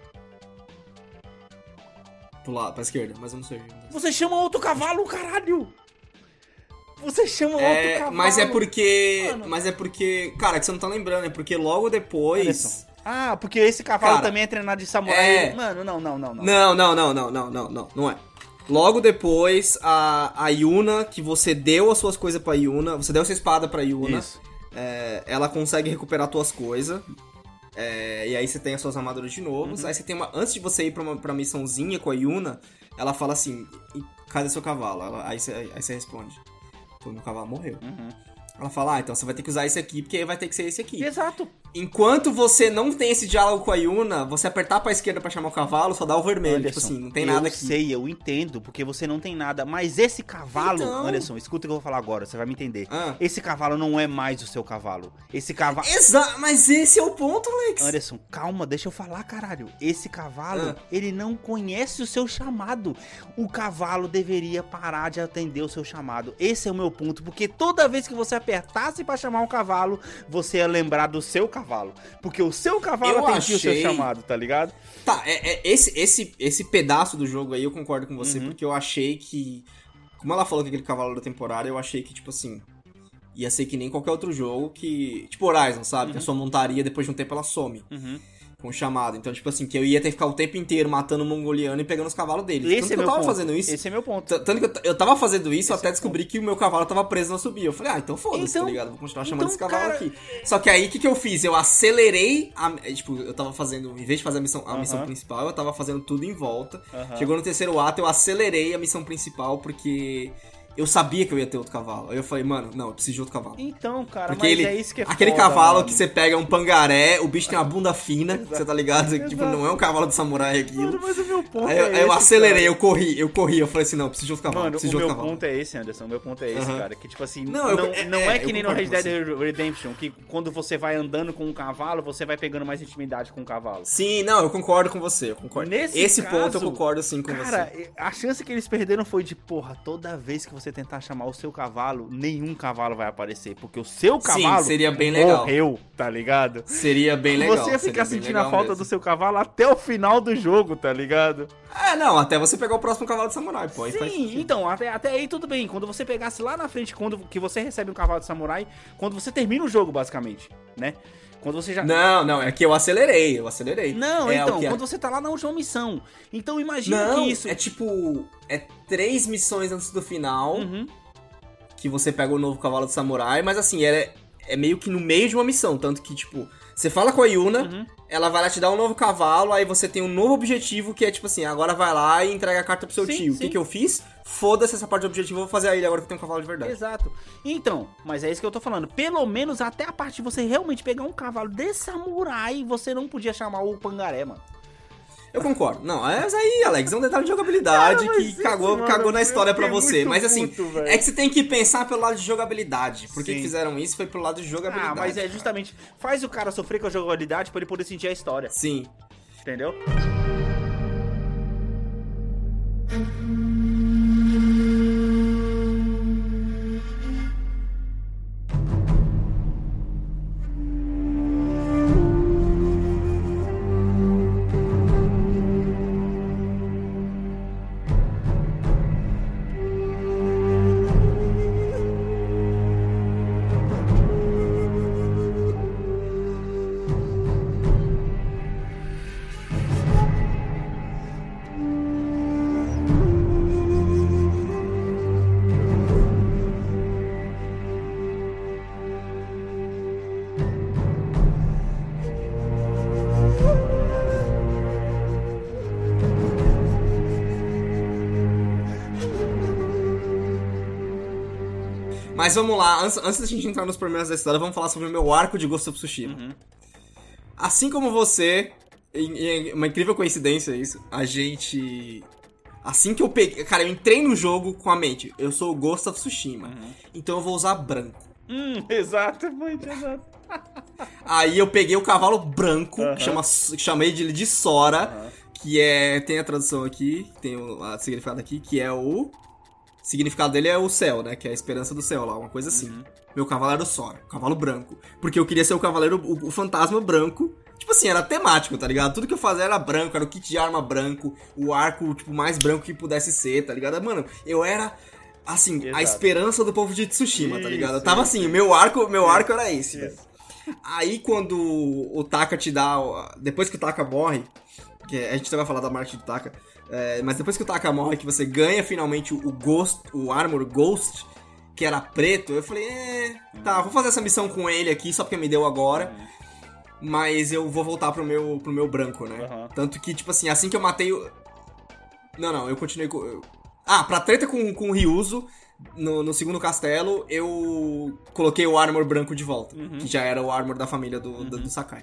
Pra esquerda, mas eu não sei. Você chama outro cavalo, caralho! Você chama outro cavalo. Mas é porque... Cara, que você não tá lembrando, é porque logo depois... Anderson. Ah, porque esse cavalo também é treinado de samurai. Mano, não. Não é. Logo depois, a Yuna, que você deu as suas coisas pra Yuna, você deu sua espada pra Yuna, ela consegue recuperar as tuas coisas. E aí você tem as suas armaduras de novo. Aí você tem uma... Antes de você ir pra missãozinha com a Yuna, ela fala assim, cadê seu cavalo? Aí você responde, pô, meu cavalo morreu. Ela fala, então você vai ter que usar esse aqui, porque vai ter que ser esse aqui. Exato. Enquanto você não tem esse diálogo com a Yuna, você apertar pra esquerda pra chamar o cavalo, só dá o vermelho. Anderson, tipo assim, não tem nada aqui. Eu sei, eu entendo, porque você não tem nada. Mas esse cavalo, então... Anderson, escuta o que eu vou falar agora, você vai me entender. Esse cavalo não é mais o seu cavalo. Esse cavalo... Mas esse é o ponto, Alex. Anderson, calma, deixa eu falar, caralho. Esse cavalo, ele não conhece o seu chamado. O cavalo deveria parar de atender o seu chamado. Esse é o meu ponto, porque toda vez que você apertasse pra chamar um cavalo, você ia lembrar do seu cavalo. Porque o seu cavalo atendia o seu chamado, tá ligado? Tá, esse pedaço do jogo aí eu concordo com você, porque eu achei que... Como ela falou que aquele cavalo era temporário, eu achei que, tipo assim... Ia ser que nem qualquer outro jogo que... Tipo Horizon, sabe? Que a sua montaria, depois de um tempo, ela some. Com o chamado. Então, tipo assim, que eu ia ter que ficar o tempo inteiro matando o mongoliano e pegando os cavalos dele. Esse Tanto que eu tava fazendo isso. Esse é meu ponto. Tanto que eu tava fazendo isso até descobrir que o meu cavalo tava preso na subida. Eu falei, então foda-se, tá ligado? Vou continuar chamando esse cavalo aqui. Só que aí, o que eu fiz? Eu acelerei tipo, eu tava fazendo... Em vez de fazer a missão principal, eu tava fazendo tudo em volta. Chegou no terceiro ato, eu acelerei a missão principal, porque... Eu sabia que eu ia ter outro cavalo. Aí eu falei, mano, não, eu preciso de outro cavalo. Então, cara, porque mas é isso que é aquele foda, cavalo mano. Que você pega é um pangaré, o bicho tem uma bunda fina, você tá ligado? Tipo, não é um cavalo de samurai aquilo. Mano, mas o meu ponto aí, aí eu acelerei, eu corri. Eu falei assim, não, eu preciso de outro cavalo. Mano, preciso o de meu outro cavalo. ponto é esse, Anderson. O meu ponto é esse, cara. Que, tipo assim, não é que nem no Red Dead Redemption, que quando você vai andando com um cavalo, você vai pegando mais intimidade com o cavalo. Sim, não, eu concordo com você. Eu concordo. Esse caso, ponto eu concordo sim com você. Cara, a chance que eles perderam foi de, porra, toda vez que você tentar chamar o seu cavalo, nenhum cavalo vai aparecer. Porque o seu cavalo seria bem legal. Morreu, tá ligado? Seria bem legal. Você ia ficar sentindo a falta do seu cavalo até o final do jogo, tá ligado? Não, até você pegar o próximo cavalo de samurai, pô. Sim, então, até aí tudo bem. Quando você pegasse lá na frente, quando que você recebe um cavalo de samurai, quando você termina o jogo, basicamente, né? Quando você já... Não, é que eu acelerei. Não, então, quando você tá lá na última missão. Então imagina que isso... é tipo... É 3 missões antes do final, que você pega o novo cavalo do samurai, mas assim, é meio que no meio de uma missão, tanto que, tipo, você fala com a Yuna, ela vai lá te dar um novo cavalo, aí você tem um novo objetivo, que é tipo assim, agora vai lá e entrega a carta pro seu tio. Sim. O que eu fiz? Foda-se essa parte do objetivo, eu vou fazer a ilha agora que eu tenho um cavalo de verdade. Exato. Então, mas é isso que eu tô falando. Pelo menos até a parte de você realmente pegar um cavalo de samurai, você não podia chamar o Pangaré, mano. Eu concordo. Não, mas aí, Alex, é um detalhe de jogabilidade que cagou na história pra você. Mas assim, é que você tem que pensar pelo lado de jogabilidade. Por que fizeram isso? Foi pelo lado de jogabilidade. Mas é justamente, faz o cara sofrer com a jogabilidade pra ele poder sentir a história. Sim. Entendeu? Mas vamos lá, antes da gente entrar nos problemas da história, vamos falar sobre o meu arco de Ghost of Tsushima. Assim como você, é uma incrível coincidência isso, a gente... Assim que eu peguei... Cara, eu entrei no jogo com a mente, eu sou o Ghost of Tsushima, então eu vou usar branco. Exatamente, exato. Aí eu peguei o cavalo branco, que chamei de Sora, que é... Tem a tradução aqui, tem o significado aqui, que é o... O significado dele é o céu, né? Que é a esperança do céu lá, uma coisa assim. Meu cavalo era o Sora, o cavalo branco. Porque eu queria ser o cavaleiro, o fantasma branco. Tipo assim, era temático, tá ligado? Tudo que eu fazia era branco, era o kit de arma branco, o arco, tipo, mais branco que pudesse ser, tá ligado? Mano, eu era, assim, a esperança do povo de Tsushima, tá ligado? Eu tava assim, o meu arco era esse, velho. Aí quando o Taka te dá... Depois que o Taka morre, que a gente vai falar da morte do Taka... mas depois que o Taka morre, que você ganha finalmente o Armor Ghost, que era preto, eu falei, tá, vou fazer essa missão com ele aqui, só porque me deu agora, mas eu vou voltar pro meu branco, né? Tanto que, tipo assim, assim que eu matei o... Não, eu continuei com... pra treta com o Ryuzo, no segundo castelo, eu coloquei o Armor branco de volta, que já era o Armor da família do Sakai.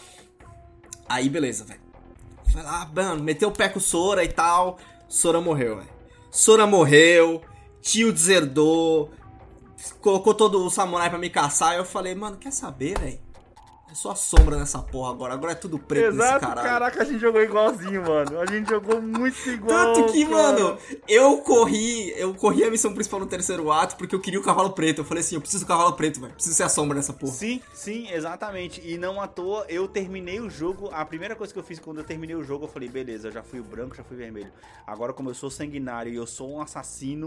Aí, beleza, velho. Foi lá, mano, meteu o pé com o Sora e tal. Sora morreu, velho. Sora morreu, tio deserdou, colocou todo o samurai pra me caçar. E eu falei, mano, quer saber, velho? É só a sombra nessa porra agora é tudo preto nesse caralho. Caraca, a gente jogou igualzinho, mano. A gente jogou muito igual. Tanto que, mano, eu corri a missão principal no terceiro ato porque eu queria o cavalo preto. Eu falei assim, eu preciso do cavalo preto, velho. Preciso ser a sombra nessa porra. Sim, exatamente. E não à toa, eu terminei o jogo. A primeira coisa que eu fiz quando eu terminei o jogo, eu falei, beleza, eu já fui o branco, já fui o vermelho. Agora, como eu sou sanguinário e eu sou um assassino,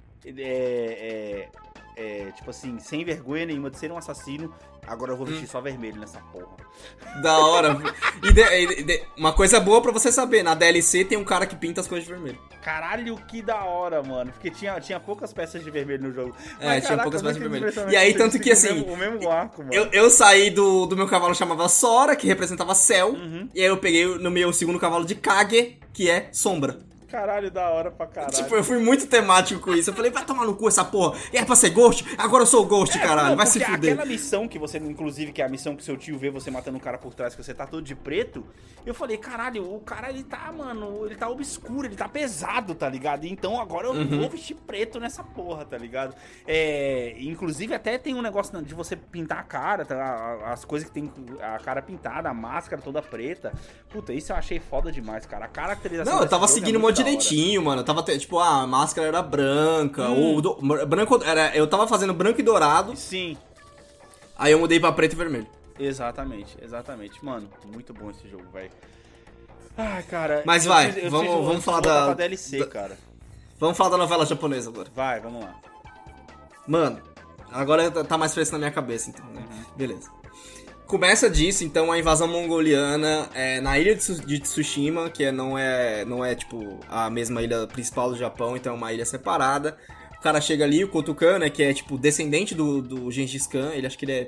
tipo assim, sem vergonha nenhuma de ser um assassino, agora eu vou vestir só vermelho nessa porra. Da hora. Uma coisa boa pra você saber, na DLC tem um cara que pinta as coisas de vermelho. Caralho, que da hora, mano. Porque tinha poucas peças de vermelho no jogo. Mas, tinha poucas peças de vermelho. E aí, tanto que assim... O mesmo arco, mano. Eu saí do meu cavalo chamava Sora, que representava céu. E aí eu peguei no meu segundo cavalo de Kage, que é sombra. Caralho, da hora pra caralho. Tipo, eu fui muito temático com isso. Eu falei, vai tomar no cu essa porra. É pra ser Ghost? Agora eu sou o Ghost, caralho. Vai se fuder. Aquela missão que você, inclusive, que é a missão que seu tio vê você matando um cara por trás, que você tá todo de preto. Eu falei, caralho, o cara, ele tá, mano, ele tá obscuro, ele tá pesado, tá ligado? Então agora eu vou vestir preto nessa porra, tá ligado? Inclusive, até tem um negócio de você pintar a cara, tá? As coisas que tem a cara pintada, a máscara toda preta. Puta, isso eu achei foda demais, cara. A caracterização. Não, eu tava seguindo um direitinho, mano. Eu tava, tipo, a máscara era branca. Branco era. Eu tava fazendo branco e dourado. Sim. Aí eu mudei pra preto e vermelho. Exatamente. Mano, muito bom esse jogo, velho. Ai, cara. Mas vamos falar da DLC, cara. Vamos falar da novela japonesa agora. Vai, vamos lá. Mano, agora tá mais fresco na minha cabeça, então, né? Beleza. Começa disso, então, a invasão mongoliana na ilha de Tsushima, que não é, tipo, a mesma ilha principal do Japão, então é uma ilha separada. O cara chega ali, o Kotukan, né, que é, tipo, descendente do Gengis Khan, ele acho que ele é...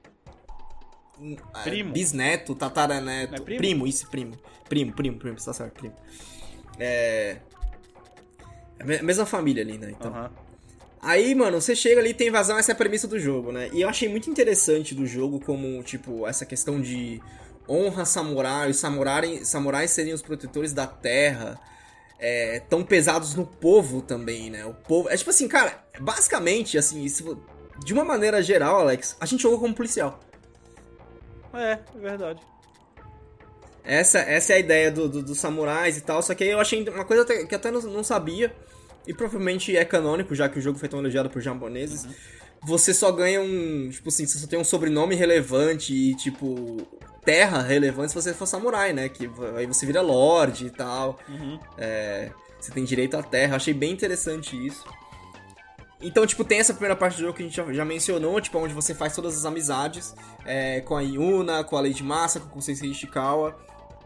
Primo. Bisneto, tataraneto... Primo, tá certo, primo. É a mesma família ali, né, então... Uhum. Aí, mano, você chega ali e tem invasão, essa é a premissa do jogo, né? E eu achei muito interessante do jogo como, tipo, essa questão de honra samurai, os samurais serem os protetores da terra, tão pesados no povo também, né? O povo... É tipo assim, cara, basicamente, assim, isso, de uma maneira geral, Alex, a gente jogou como policial. É verdade. Essa é a ideia dos samurais e tal, só que aí eu achei uma coisa que até não sabia, e provavelmente é canônico, já que o jogo foi tão elogiado por japoneses. Uhum. Você só ganha tipo assim, você só tem um sobrenome relevante e, tipo, terra relevante se você for samurai, né? Que aí você vira lorde e tal. Uhum. Você tem direito à terra. Eu achei bem interessante isso. Então, tipo, tem essa primeira parte do jogo que a gente já mencionou, tipo, onde você faz todas as amizades com a Yuna, com a Lady Masako, com o Sensei Ishikawa.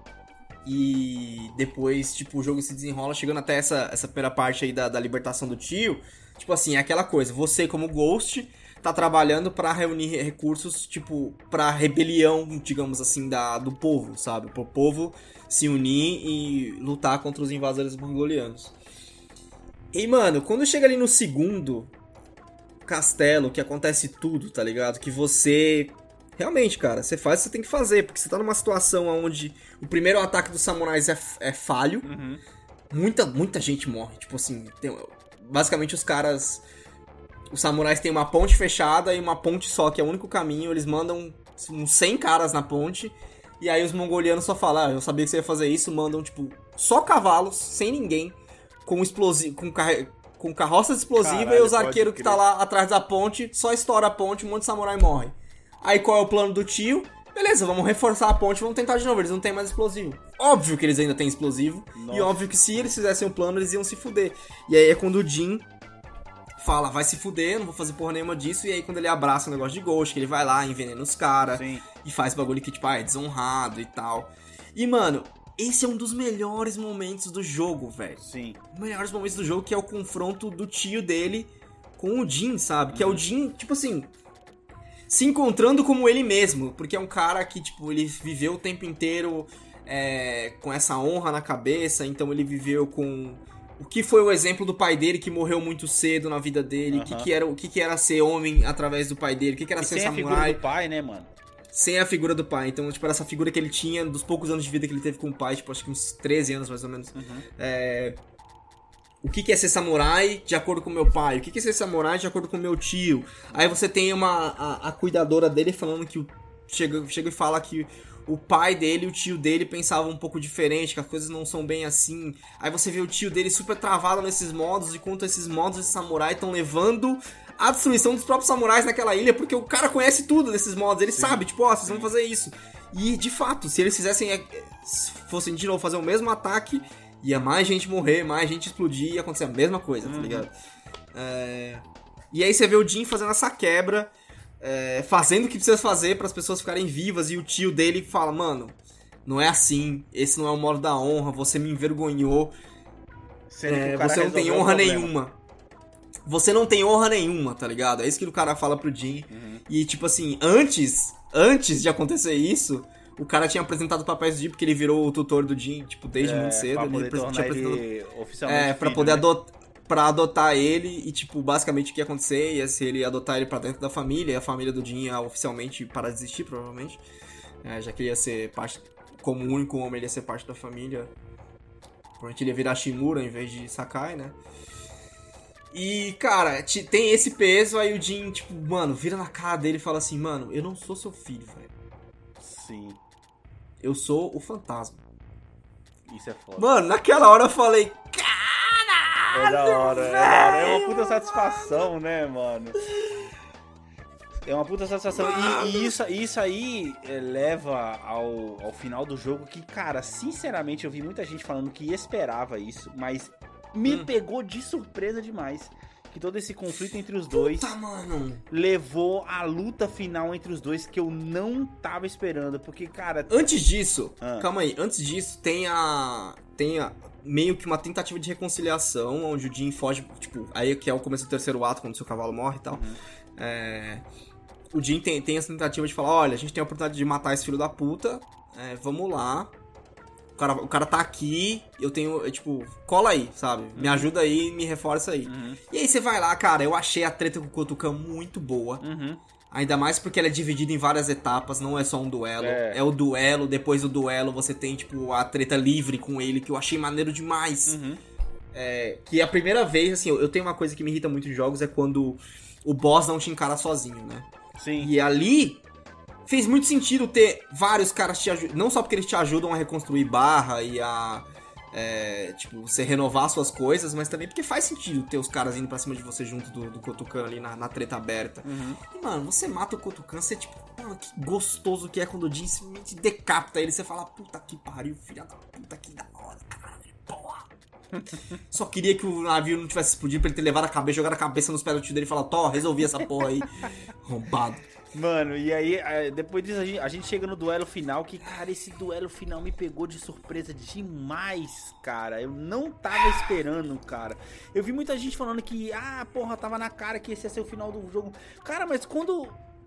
E depois, tipo, o jogo se desenrola chegando até essa primeira parte aí da libertação do tio. Tipo assim, é aquela coisa, você como Ghost tá trabalhando pra reunir recursos, tipo, pra rebelião, digamos assim, do povo, sabe? Pro povo se unir e lutar contra os invasores mongolianos. E, mano, quando chega ali no segundo castelo, que acontece tudo, tá ligado? Que você... Realmente, cara, você faz o que você tem que fazer, porque você tá numa situação onde o primeiro ataque dos samurais é falho. Uhum. Muita gente morre. Tipo assim, basicamente os samurais têm uma ponte fechada e uma ponte só, que é o único caminho. Eles mandam uns 100 caras na ponte. E aí os mongolianos só falam, eu sabia que você ia fazer isso. Mandam, tipo, só cavalos, sem ninguém, com carroça explosiva. Caralho, e os arqueiros que tá lá atrás da ponte, só estoura a ponte, um monte de samurai morre. Aí qual é o plano do tio? Beleza, vamos reforçar a ponte, vamos tentar de novo, eles não têm mais explosivo. Óbvio que eles ainda têm explosivo. Nossa. E óbvio que se eles fizessem o plano, eles iam se fuder. E aí é quando o Jin fala, vai se fuder, não vou fazer porra nenhuma disso. E aí quando ele abraça o negócio de Ghost, que ele vai lá, envenena os caras. E faz bagulho que, tipo, é desonrado e tal. E, mano, esse é um dos melhores momentos do jogo, velho. Sim. Os melhores momentos do jogo, que é o confronto do tio dele com o Jin, sabe? Que é o Jin, tipo assim... se encontrando como ele mesmo, porque é um cara que, tipo, ele viveu o tempo inteiro com essa honra na cabeça, então ele viveu com... O que foi o exemplo do pai dele, que morreu muito cedo na vida dele, o que era ser homem através do pai dele, o que era ser samurai. Sem a figura do pai, né, mano? Sem a figura do pai, então, tipo, era essa figura que ele tinha dos poucos anos de vida que ele teve com o pai, tipo, acho que uns 13 anos, mais ou menos. O que é ser samurai de acordo com meu pai? O que é ser samurai de acordo com meu tio? Aí você tem a cuidadora dele falando que chega e fala que o pai dele e o tio dele pensavam um pouco diferente, que as coisas não são bem assim. Aí você vê o tio dele super travado nesses modos, enquanto esses modos de samurai estão levando à destruição dos próprios samurais naquela ilha, porque o cara conhece tudo desses modos, ele sabe, tipo, vocês vão fazer isso. E, de fato, se eles fossem de novo fazer o mesmo ataque... ia mais gente morrer, mais gente explodir, ia acontecer a mesma coisa, tá ligado? E aí você vê o Jin fazendo essa quebra, fazendo o que precisa fazer para as pessoas ficarem vivas, e o tio dele fala, mano, não é assim, esse não é o modo da honra, você me envergonhou, você não tem honra nenhuma. Você não tem honra nenhuma, tá ligado? É isso que o cara fala pro Jin. E tipo assim, antes de acontecer isso... o cara tinha apresentado papéis do Jin, porque ele virou o tutor do Jin, tipo, desde muito cedo. Pra poder tornar ele oficialmente pra filho, poder pra adotar ele e, tipo, basicamente o que ia acontecer ia ser ele adotar ele pra dentro da família, e a família do Jin ia oficialmente parar de existir, provavelmente. Já que ele ia ser parte, como o único homem, ele ia ser parte da família. Provavelmente ele ia virar Shimura em vez de Sakai, né? E, cara, tem esse peso, aí o Jin, tipo, mano, vira na cara dele e fala assim, mano, eu não sou seu filho, velho. Sim. Eu sou o fantasma. Isso é foda. Mano, naquela hora eu falei, caralho, é da hora, velho, é uma puta satisfação, né, mano? É uma puta satisfação. E isso aí leva ao final do jogo que, cara, sinceramente, eu vi muita gente falando que esperava isso, mas me pegou de surpresa demais. que todo esse conflito entre os dois levou a luta final entre os dois que eu não tava esperando, porque, cara... Antes disso, calma aí, antes disso tem a meio que uma tentativa de reconciliação, onde o Jin foge, tipo, aí que é o começo do terceiro ato, quando seu cavalo morre e tal. O Jin tem essa tentativa de falar, olha, a gente tem a oportunidade de matar esse filho da puta, vamos lá. O cara tá aqui, eu tenho, tipo, cola aí, sabe? Me ajuda aí, me reforça aí. E aí você vai lá, cara, eu achei a treta com o Kotukan muito boa. Ainda mais porque ela é dividida em várias etapas, não é só um duelo. É o duelo, depois do duelo você tem, tipo, a treta livre com ele, que eu achei maneiro demais. Que a primeira vez, assim, eu tenho uma coisa que me irrita muito em jogos, é quando o boss não te encara sozinho, né? Sim. E ali fez muito sentido ter vários caras te ajudando, não só porque eles te ajudam a reconstruir barra e a... tipo, você renovar suas coisas, mas também porque faz sentido ter os caras indo pra cima de você junto do Kotukan ali na treta aberta. E, mano, você mata o Kotukan, você, tipo, mano, que gostoso que é quando o Jin simplesmente decapita ele, você fala, puta que pariu, filha da puta, que da hora, caralho, porra. Só queria que o navio não tivesse explodido pra ele ter levado a cabeça, jogado a cabeça nos pés do tio dele e falar, Tó, resolvi essa porra aí, roubado. Mano, e aí, depois disso, a gente chega no duelo final, que, cara, esse duelo final me pegou de surpresa demais, cara. Eu não tava esperando, cara. Eu vi muita gente falando que, porra, tava na cara que esse ia ser o final do jogo. Cara, mas quando...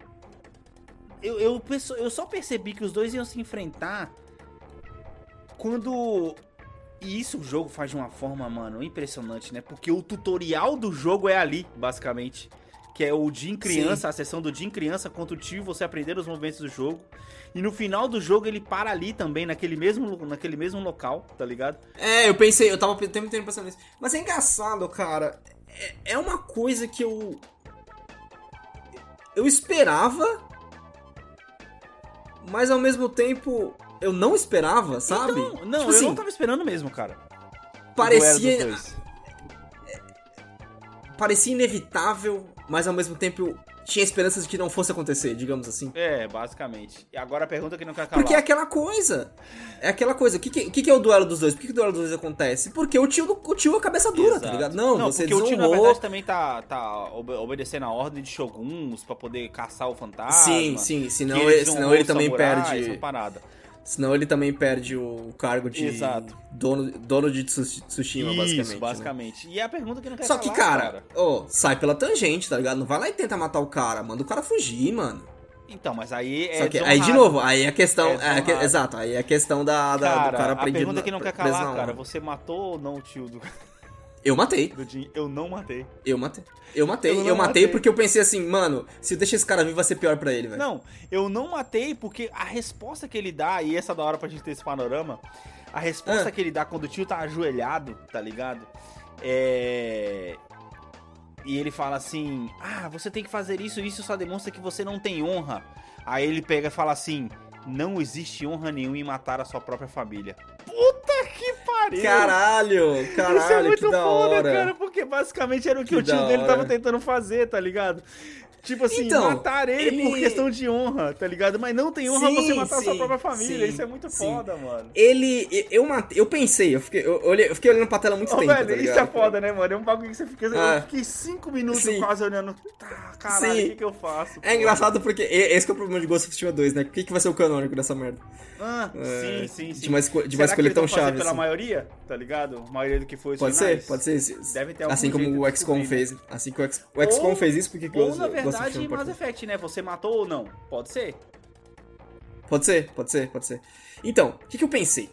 Eu só percebi que os dois iam se enfrentar quando... E isso o jogo faz de uma forma, mano, impressionante, né? Porque o tutorial do jogo é ali, basicamente. Que é o Jin criança, Sim. A sessão do Jin criança contra o tio, você aprender os movimentos do jogo. E no final do jogo ele para ali também, naquele mesmo local, tá ligado? Eu tava o tempo inteiro pensando nisso. Mas é engraçado, cara. É uma coisa que eu esperava, mas ao mesmo tempo eu não esperava, sabe? Então, não, tipo eu assim, não tava esperando mesmo, cara. Parecia inevitável, mas ao mesmo tempo tinha esperanças de que não fosse acontecer, digamos assim. Basicamente. E agora a pergunta que não quer calar. Porque é aquela coisa. O que é o duelo dos dois? Por que o duelo dos dois acontece? Porque o tio é cabeça dura, Exato. Tá ligado? Não, você porque desonrou. O tio, na verdade, também tá obedecendo a ordem de Shoguns pra poder caçar o fantasma. Sim. Senão ele também perde... Essa parada. Senão ele também perde o cargo de Exato. dono de Tsushima, Isso, basicamente. Né? E é a pergunta que não quer Só calar, que, cara, sai pela tangente, tá ligado? Não vai lá e tenta matar o cara, manda o cara fugir, mano. Então, mas aí Só que, aí, de novo, aí a questão... exato, aí a questão do cara aprendido... A pergunta que não quer calar, cara, você matou ou não o tio do... Eu matei. Eu não matei. Eu matei porque eu pensei assim, mano, se eu deixar esse cara vivo vai ser pior pra ele, velho. Não, eu não matei porque a resposta que ele dá, e essa é da hora pra gente ter esse panorama, a resposta que ele dá quando o tio tá ajoelhado, tá ligado? E ele fala assim, você tem que fazer isso só demonstra que você não tem honra. Aí ele pega e fala assim, não existe honra nenhuma em matar a sua própria família. Puta que pariu! Caralho, isso é muito que da foda, hora. Cara, porque basicamente era o que o tio dele tava tentando fazer, tá ligado? Tipo assim, então, matar ele por questão de honra, tá ligado? Mas não tem honra você matar a sua própria família, isso é muito foda, mano. Eu pensei, eu fiquei olhando pra tela muito tempo, velho, tá ligado? Isso é foda, né, mano? É um bagulho que você fica... Eu fiquei 5 minutos quase olhando, caralho, o que eu faço? É engraçado porque esse que é o problema de Ghost of Tsushima 2, né? O que vai ser o canônico dessa merda? Sim. De uma escolha tão chave, pela maioria, tá ligado? A maioria do que foi os Pode ser. Deve ter assim como o XCOM fez. Assim que o XCOM fez isso, porque ou, na verdade, Mass Effect, né? Você matou ou não? Pode ser. Pode ser. Então, o que eu pensei?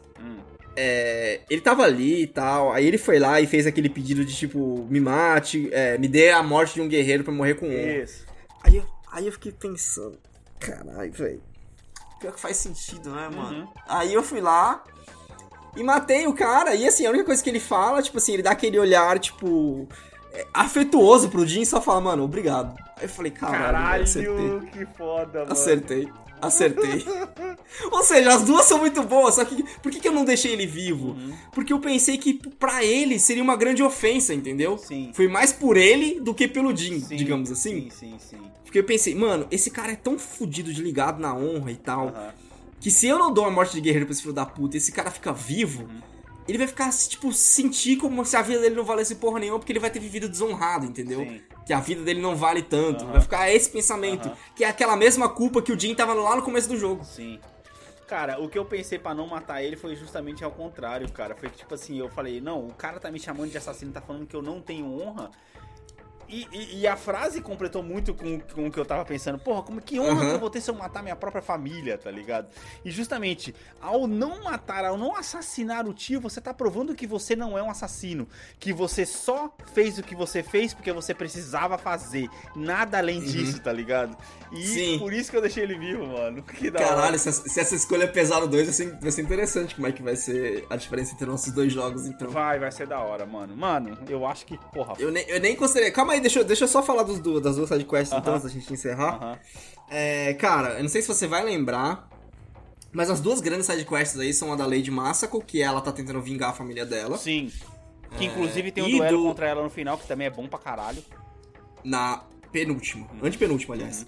Ele tava ali e tal, aí ele foi lá e fez aquele pedido de tipo, me mate, me dê a morte de um guerreiro pra morrer com honra. Isso. Aí eu fiquei pensando, caralho, velho. Pior que faz sentido, né, mano? Aí eu fui lá e matei o cara, e assim, a única coisa que ele fala, tipo assim, ele dá aquele olhar, tipo, afetuoso pro Jin e só fala, mano, obrigado. Aí eu falei, caralho, acertei. Que foda, mano. Acertei. Ou seja, as duas são muito boas, só que por que eu não deixei ele vivo? Porque eu pensei que pra ele seria uma grande ofensa, entendeu? Sim. Foi mais por ele do que pelo Jin, digamos assim. Sim. Porque eu pensei, mano, esse cara é tão fudido de ligado na honra e tal, que se eu não dou a morte de guerreiro pra esse filho da puta e esse cara fica vivo, ele vai ficar, tipo, sentir como se a vida dele não valesse porra nenhuma, porque ele vai ter vivido desonrado, entendeu? Sim. Que a vida dele não vale tanto. Vai ficar esse pensamento, que é aquela mesma culpa que o Jin tava lá no começo do jogo. Sim. Cara, o que eu pensei pra não matar ele foi justamente ao contrário, cara. Foi que, tipo assim, eu falei, não, o cara tá me chamando de assassino, tá falando que eu não tenho honra. E a frase completou muito com o que eu tava pensando. Porra, que honra que eu vou ter se eu matar minha própria família, tá ligado? E justamente, ao não matar, ao não assassinar o tio, você tá provando que você não é um assassino. Que você só fez o que você fez porque você precisava fazer. Nada além disso, tá ligado? E Sim. Por isso que eu deixei ele vivo, mano. Que da Caralho, hora. se essa escolha pesar no 2, vai ser interessante como é que vai ser a diferença entre nossos dois jogos, então. Vai ser da hora, mano. Mano, eu acho que, porra... Eu nem considerei... Calma aí, deixa eu só falar das duas sidequests, então, antes da gente encerrar. Cara, eu não sei se você vai lembrar, mas as duas grandes sidequests aí são a da Lady Masako, que ela tá tentando vingar a família dela. Sim. Que inclusive tem um duelo contra ela no final, que também é bom pra caralho. Na penúltima. Antepenúltima, aliás.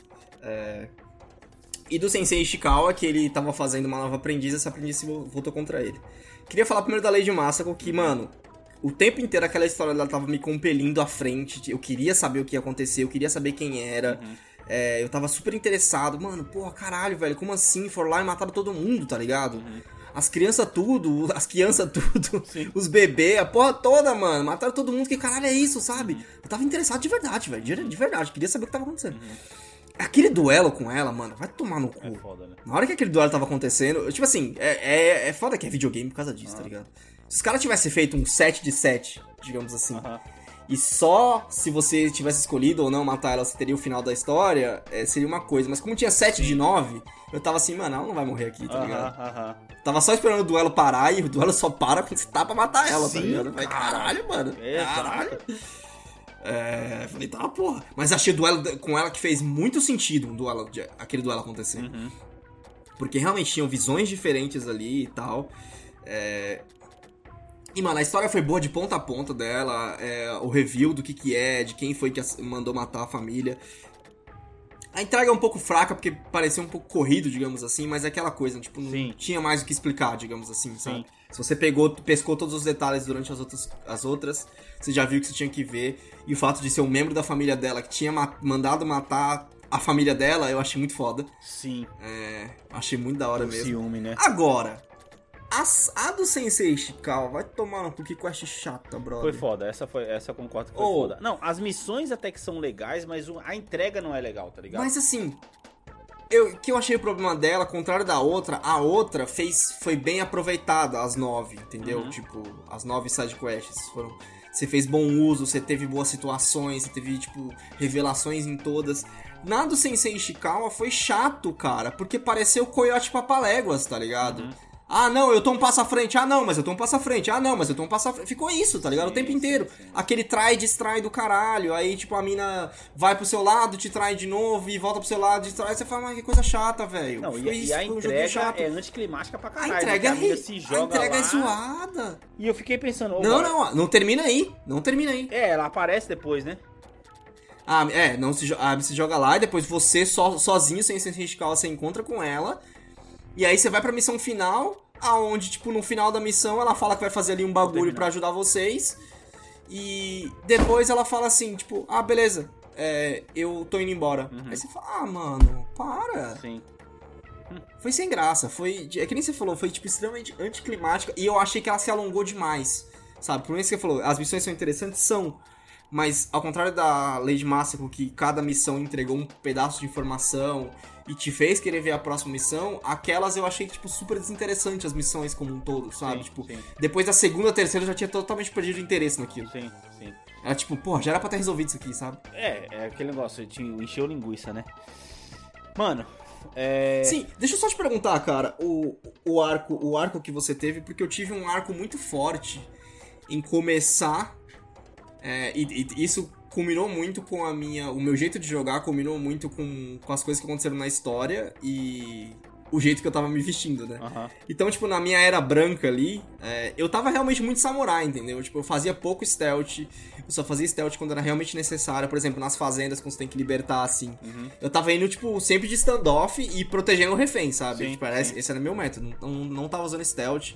E do Sensei Ishikawa, que ele tava fazendo uma nova aprendiz, essa aprendiz voltou contra ele. Queria falar primeiro da Lady Masako, que, mano, o tempo inteiro aquela história dela tava me compelindo à frente. Eu queria saber o que ia acontecer, eu queria saber quem era. Eu tava super interessado. Mano, porra, caralho, velho, como assim? Foram lá e mataram todo mundo, tá ligado? As crianças tudo, os bebês, a porra toda, mano. Mataram todo mundo, que caralho é isso, sabe? Eu tava interessado de verdade, velho, de verdade. Queria saber o que tava acontecendo. Aquele duelo com ela, mano, vai tomar no cu. É foda, né? Na hora que aquele duelo tava acontecendo, tipo assim, é foda que é videogame por causa disso, tá ligado? Se os caras tivessem feito um 7 de 7, digamos assim, e só se você tivesse escolhido ou não matar ela, você teria o final da história, seria uma coisa. Mas como tinha 7 de 9, eu tava assim, mano, ela não vai morrer aqui, tá ligado? Tava só esperando o duelo parar, e o duelo só para quando você tá pra matar ela, tá ligado? Eu falei, caralho, mano, caralho. Falei, tá, porra. Mas achei o duelo com ela que fez muito sentido, aquele duelo acontecer. Porque realmente tinham visões diferentes ali e tal. E, mano, a história foi boa de ponta a ponta dela, o review do que é, de quem foi que mandou matar a família. A entrega é um pouco fraca, porque parecia um pouco corrido, digamos assim, mas é aquela coisa, tipo, não tinha mais o que explicar, digamos assim, sabe? Se você pescou todos os detalhes durante as outras, você já viu que você tinha que ver. E o fato de ser um membro da família dela que tinha mandado matar a família dela, eu achei muito foda. Sim. Achei muito da hora mesmo. Ciúme, né? Agora... A do Sensei Ishikawa vai tomar no cu, que quest chata, brother. Foi foda, essa eu concordo que foi foda. Não, as missões até que são legais, mas a entrega não é legal, tá ligado? Mas assim, que eu achei o problema dela, ao contrário da outra, a outra foi bem aproveitada, as 9, entendeu? Tipo, as 9 sidequests foram... Você fez bom uso, você teve boas situações, você teve, tipo, revelações em todas. Na do Sensei Ishikawa foi chato, cara, porque pareceu Coyote Papaléguas, tá ligado? Ah, não, eu tô um passo à frente. Ah, não, mas eu tô um passo à frente. Ah, não, mas eu tô um passo à frente. Ficou isso, tá ligado? O tempo inteiro. Aquele trai e distrai do caralho. Aí, tipo, a mina vai pro seu lado, te trai de novo e volta pro seu lado, distrai. Aí você fala, mas que coisa chata, velho. Não, e a entrega é anticlimática pra caralho. A entrega é zoada. E eu fiquei pensando... Não termina aí. Não termina aí. Ela aparece depois, né? Se joga lá e depois você sozinho, sem Ishikawa, você encontra com ela. E aí você vai pra missão final, aonde, tipo, no final da missão ela fala que vai fazer ali um bagulho pra ajudar vocês. E depois ela fala assim, tipo, beleza, eu tô indo embora. Aí você fala, mano, para. Sim. Foi sem graça, é que nem você falou, foi, tipo, extremamente anticlimática. E eu achei que ela se alongou demais, sabe? Por isso que você falou, as missões são interessantes, são... Mas, ao contrário da Lady Masako, que cada missão entregou um pedaço de informação e te fez querer ver a próxima missão, aquelas eu achei, tipo, super desinteressante as missões como um todo, sabe? Depois da segunda, terceira, eu já tinha totalmente perdido o interesse naquilo. Sim. Era tipo, já era pra ter resolvido isso aqui, sabe? É aquele negócio, encheu linguiça, né? Mano, Sim, deixa eu só te perguntar, cara, o arco que você teve, porque eu tive um arco muito forte em começar... E isso culminou muito com o meu jeito de jogar, culminou muito com as coisas que aconteceram na história e o jeito que eu tava me vestindo, né? Então, tipo, na minha era branca ali, eu tava realmente muito samurai, entendeu? Tipo, eu fazia pouco stealth, eu só fazia stealth quando era realmente necessário. Por exemplo, nas fazendas, quando você tem que libertar, assim. Eu tava indo, tipo, sempre de standoff e protegendo o refém, sabe? Tipo, esse era meu método, não tava usando stealth.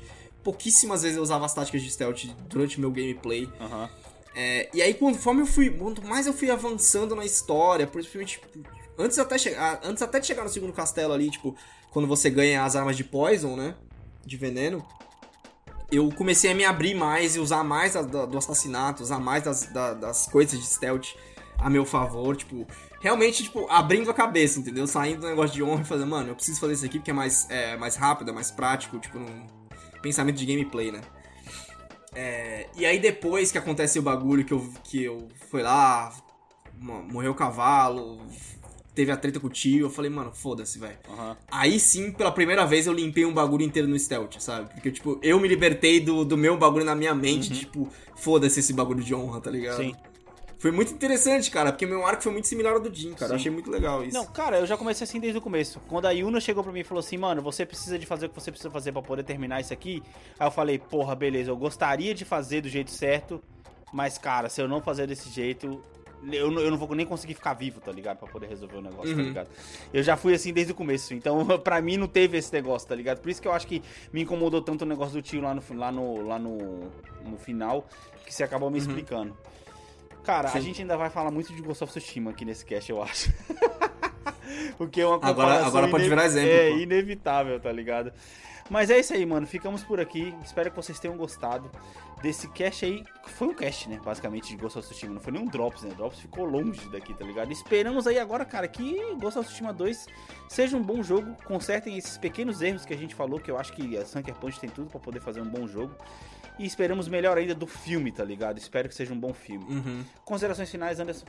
pouquíssimas vezes eu usava as táticas de stealth durante o meu gameplay. E aí, quanto mais eu fui avançando na história, principalmente, tipo, antes até de chegar no segundo castelo ali, tipo, quando você ganha as armas de poison, né, de veneno, eu comecei a me abrir mais e usar mais do assassinato, usar mais das coisas de stealth a meu favor, tipo, realmente, tipo, abrindo a cabeça, entendeu? Saindo do negócio de honra e fazendo, mano, eu preciso fazer isso aqui porque é mais rápido, é mais prático, tipo, num pensamento de gameplay, né? E aí depois que acontece o bagulho que eu fui lá, morreu o cavalo, teve a treta com o tio, eu falei, mano, foda-se, velho. Aí sim, pela primeira vez, eu limpei um bagulho inteiro no stealth, sabe? Porque, tipo, eu me libertei do meu bagulho na minha mente, tipo, foda-se esse bagulho de honra, tá ligado? Sim. Foi muito interessante, cara, porque meu arco foi muito similar ao do Jin, cara. Sim. Eu achei muito legal isso. Não, cara, eu já comecei assim desde o começo. Quando a Yuna chegou pra mim e falou assim, mano, você precisa de fazer o que você precisa fazer pra poder terminar isso aqui. Aí eu falei, porra, beleza, eu gostaria de fazer do jeito certo, mas, cara, se eu não fazer desse jeito, eu não vou nem conseguir ficar vivo, tá ligado? Pra poder resolver o negócio, tá ligado? Eu já fui assim desde o começo, então pra mim não teve esse negócio, tá ligado? Por isso que eu acho que me incomodou tanto o negócio do tio lá no final, que você acabou me explicando. Cara, sim, a gente ainda vai falar muito de Ghost of Tsushima aqui nesse cast, eu acho. Porque é uma comparação agora pode virar exemplo, inevitável, tá ligado? Mas é isso aí, mano. Ficamos por aqui. Espero que vocês tenham gostado desse cast aí. Foi um cast, né? Basicamente, de Ghost of Tsushima. Não foi nem um Drops, né? Drops ficou longe daqui, tá ligado? Esperamos aí agora, cara, que Ghost of Tsushima 2 seja um bom jogo. Consertem esses pequenos erros que a gente falou, que eu acho que a Sucker Punch tem tudo pra poder fazer um bom jogo. E esperamos melhor ainda do filme, tá ligado? Espero que seja um bom filme. Considerações finais, Anderson?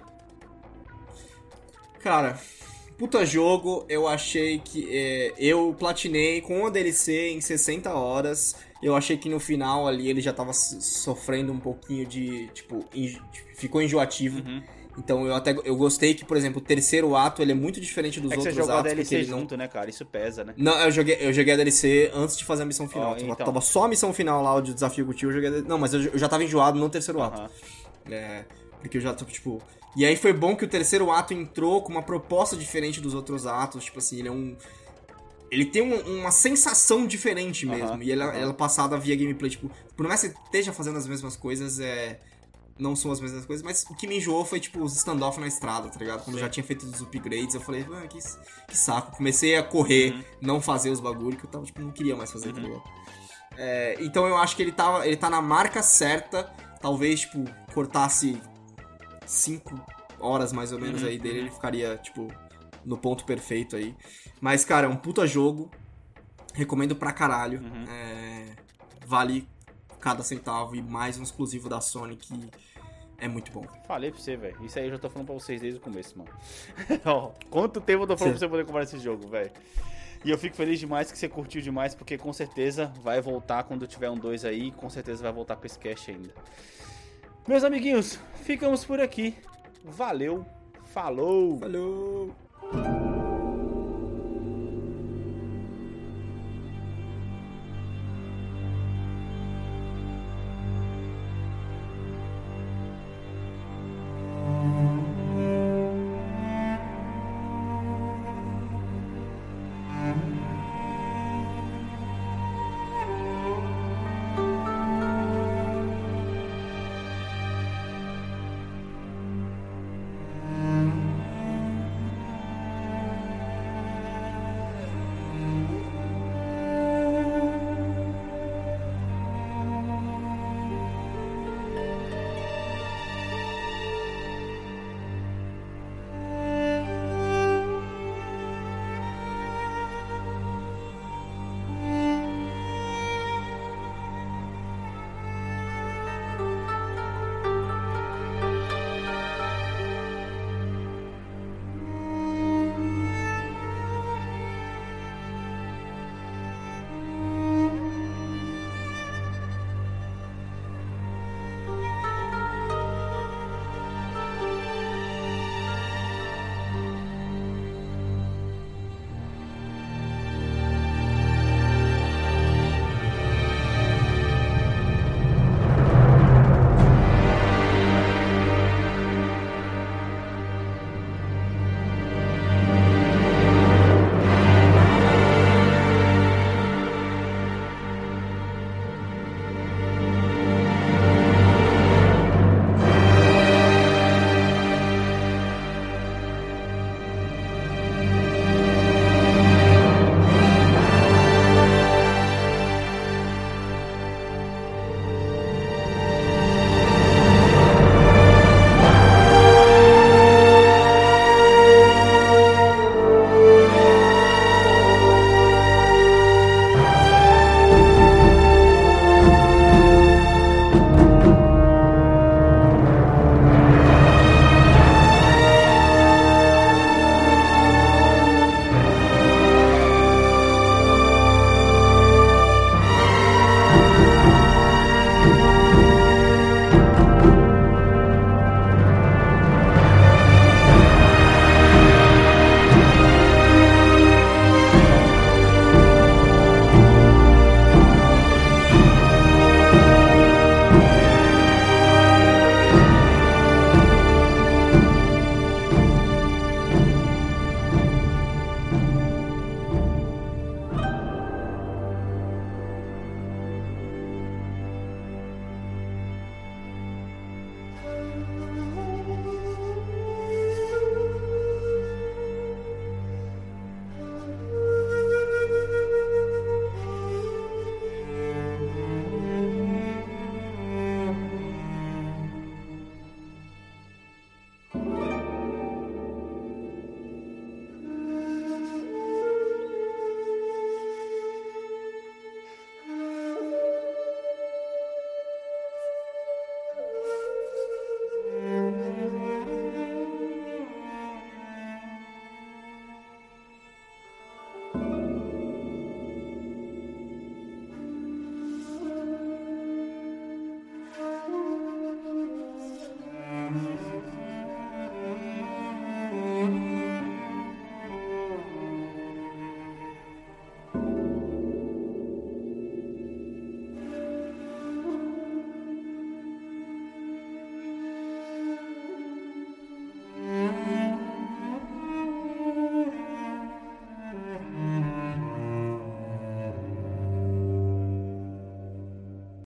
Cara, puta jogo. Eu achei que... eu platinei com a DLC em 60 horas. Eu achei que no final ali ele já tava sofrendo um pouquinho de... Tipo, ficou enjoativo. Então eu gostei que, por exemplo, o terceiro ato ele é muito diferente dos outros atos. Você jogou a DLC junto, né, cara? Isso pesa, né? Não, eu joguei a DLC antes de fazer a missão final. Então. Tava só a missão final lá, o de desafio com o tio, eu joguei a DLC. Não, mas eu já tava enjoado no terceiro ato. Porque eu já, tipo... E aí foi bom que o terceiro ato entrou com uma proposta diferente dos outros atos. Tipo assim, ele tem uma sensação diferente mesmo. E ela é passada via gameplay, tipo... Por mais que você esteja fazendo as mesmas coisas, não são as mesmas coisas, mas o que me enjoou foi, tipo, os standoff na estrada, tá ligado? Quando eu já tinha feito os upgrades, eu falei, que saco. Comecei a correr, não fazer os bagulhos, que eu tava, tipo, não queria mais fazer, tá ligado? Então eu acho que ele tá na marca certa, talvez, tipo, cortasse 5 horas mais ou menos aí dele, ele ficaria, tipo, no ponto perfeito aí. Mas, cara, é um puta jogo, recomendo pra caralho, vale cada centavo e mais um exclusivo da Sony que é muito bom. Falei pra você, velho. Isso aí eu já tô falando pra vocês desde o começo, mano. Ó, quanto tempo eu tô falando pra você poder comprar esse jogo, velho. E eu fico feliz demais que você curtiu demais, porque com certeza vai voltar quando tiver um 2 aí, com certeza vai voltar pra esse cast ainda. Meus amiguinhos, ficamos por aqui. Valeu, falou! Falou!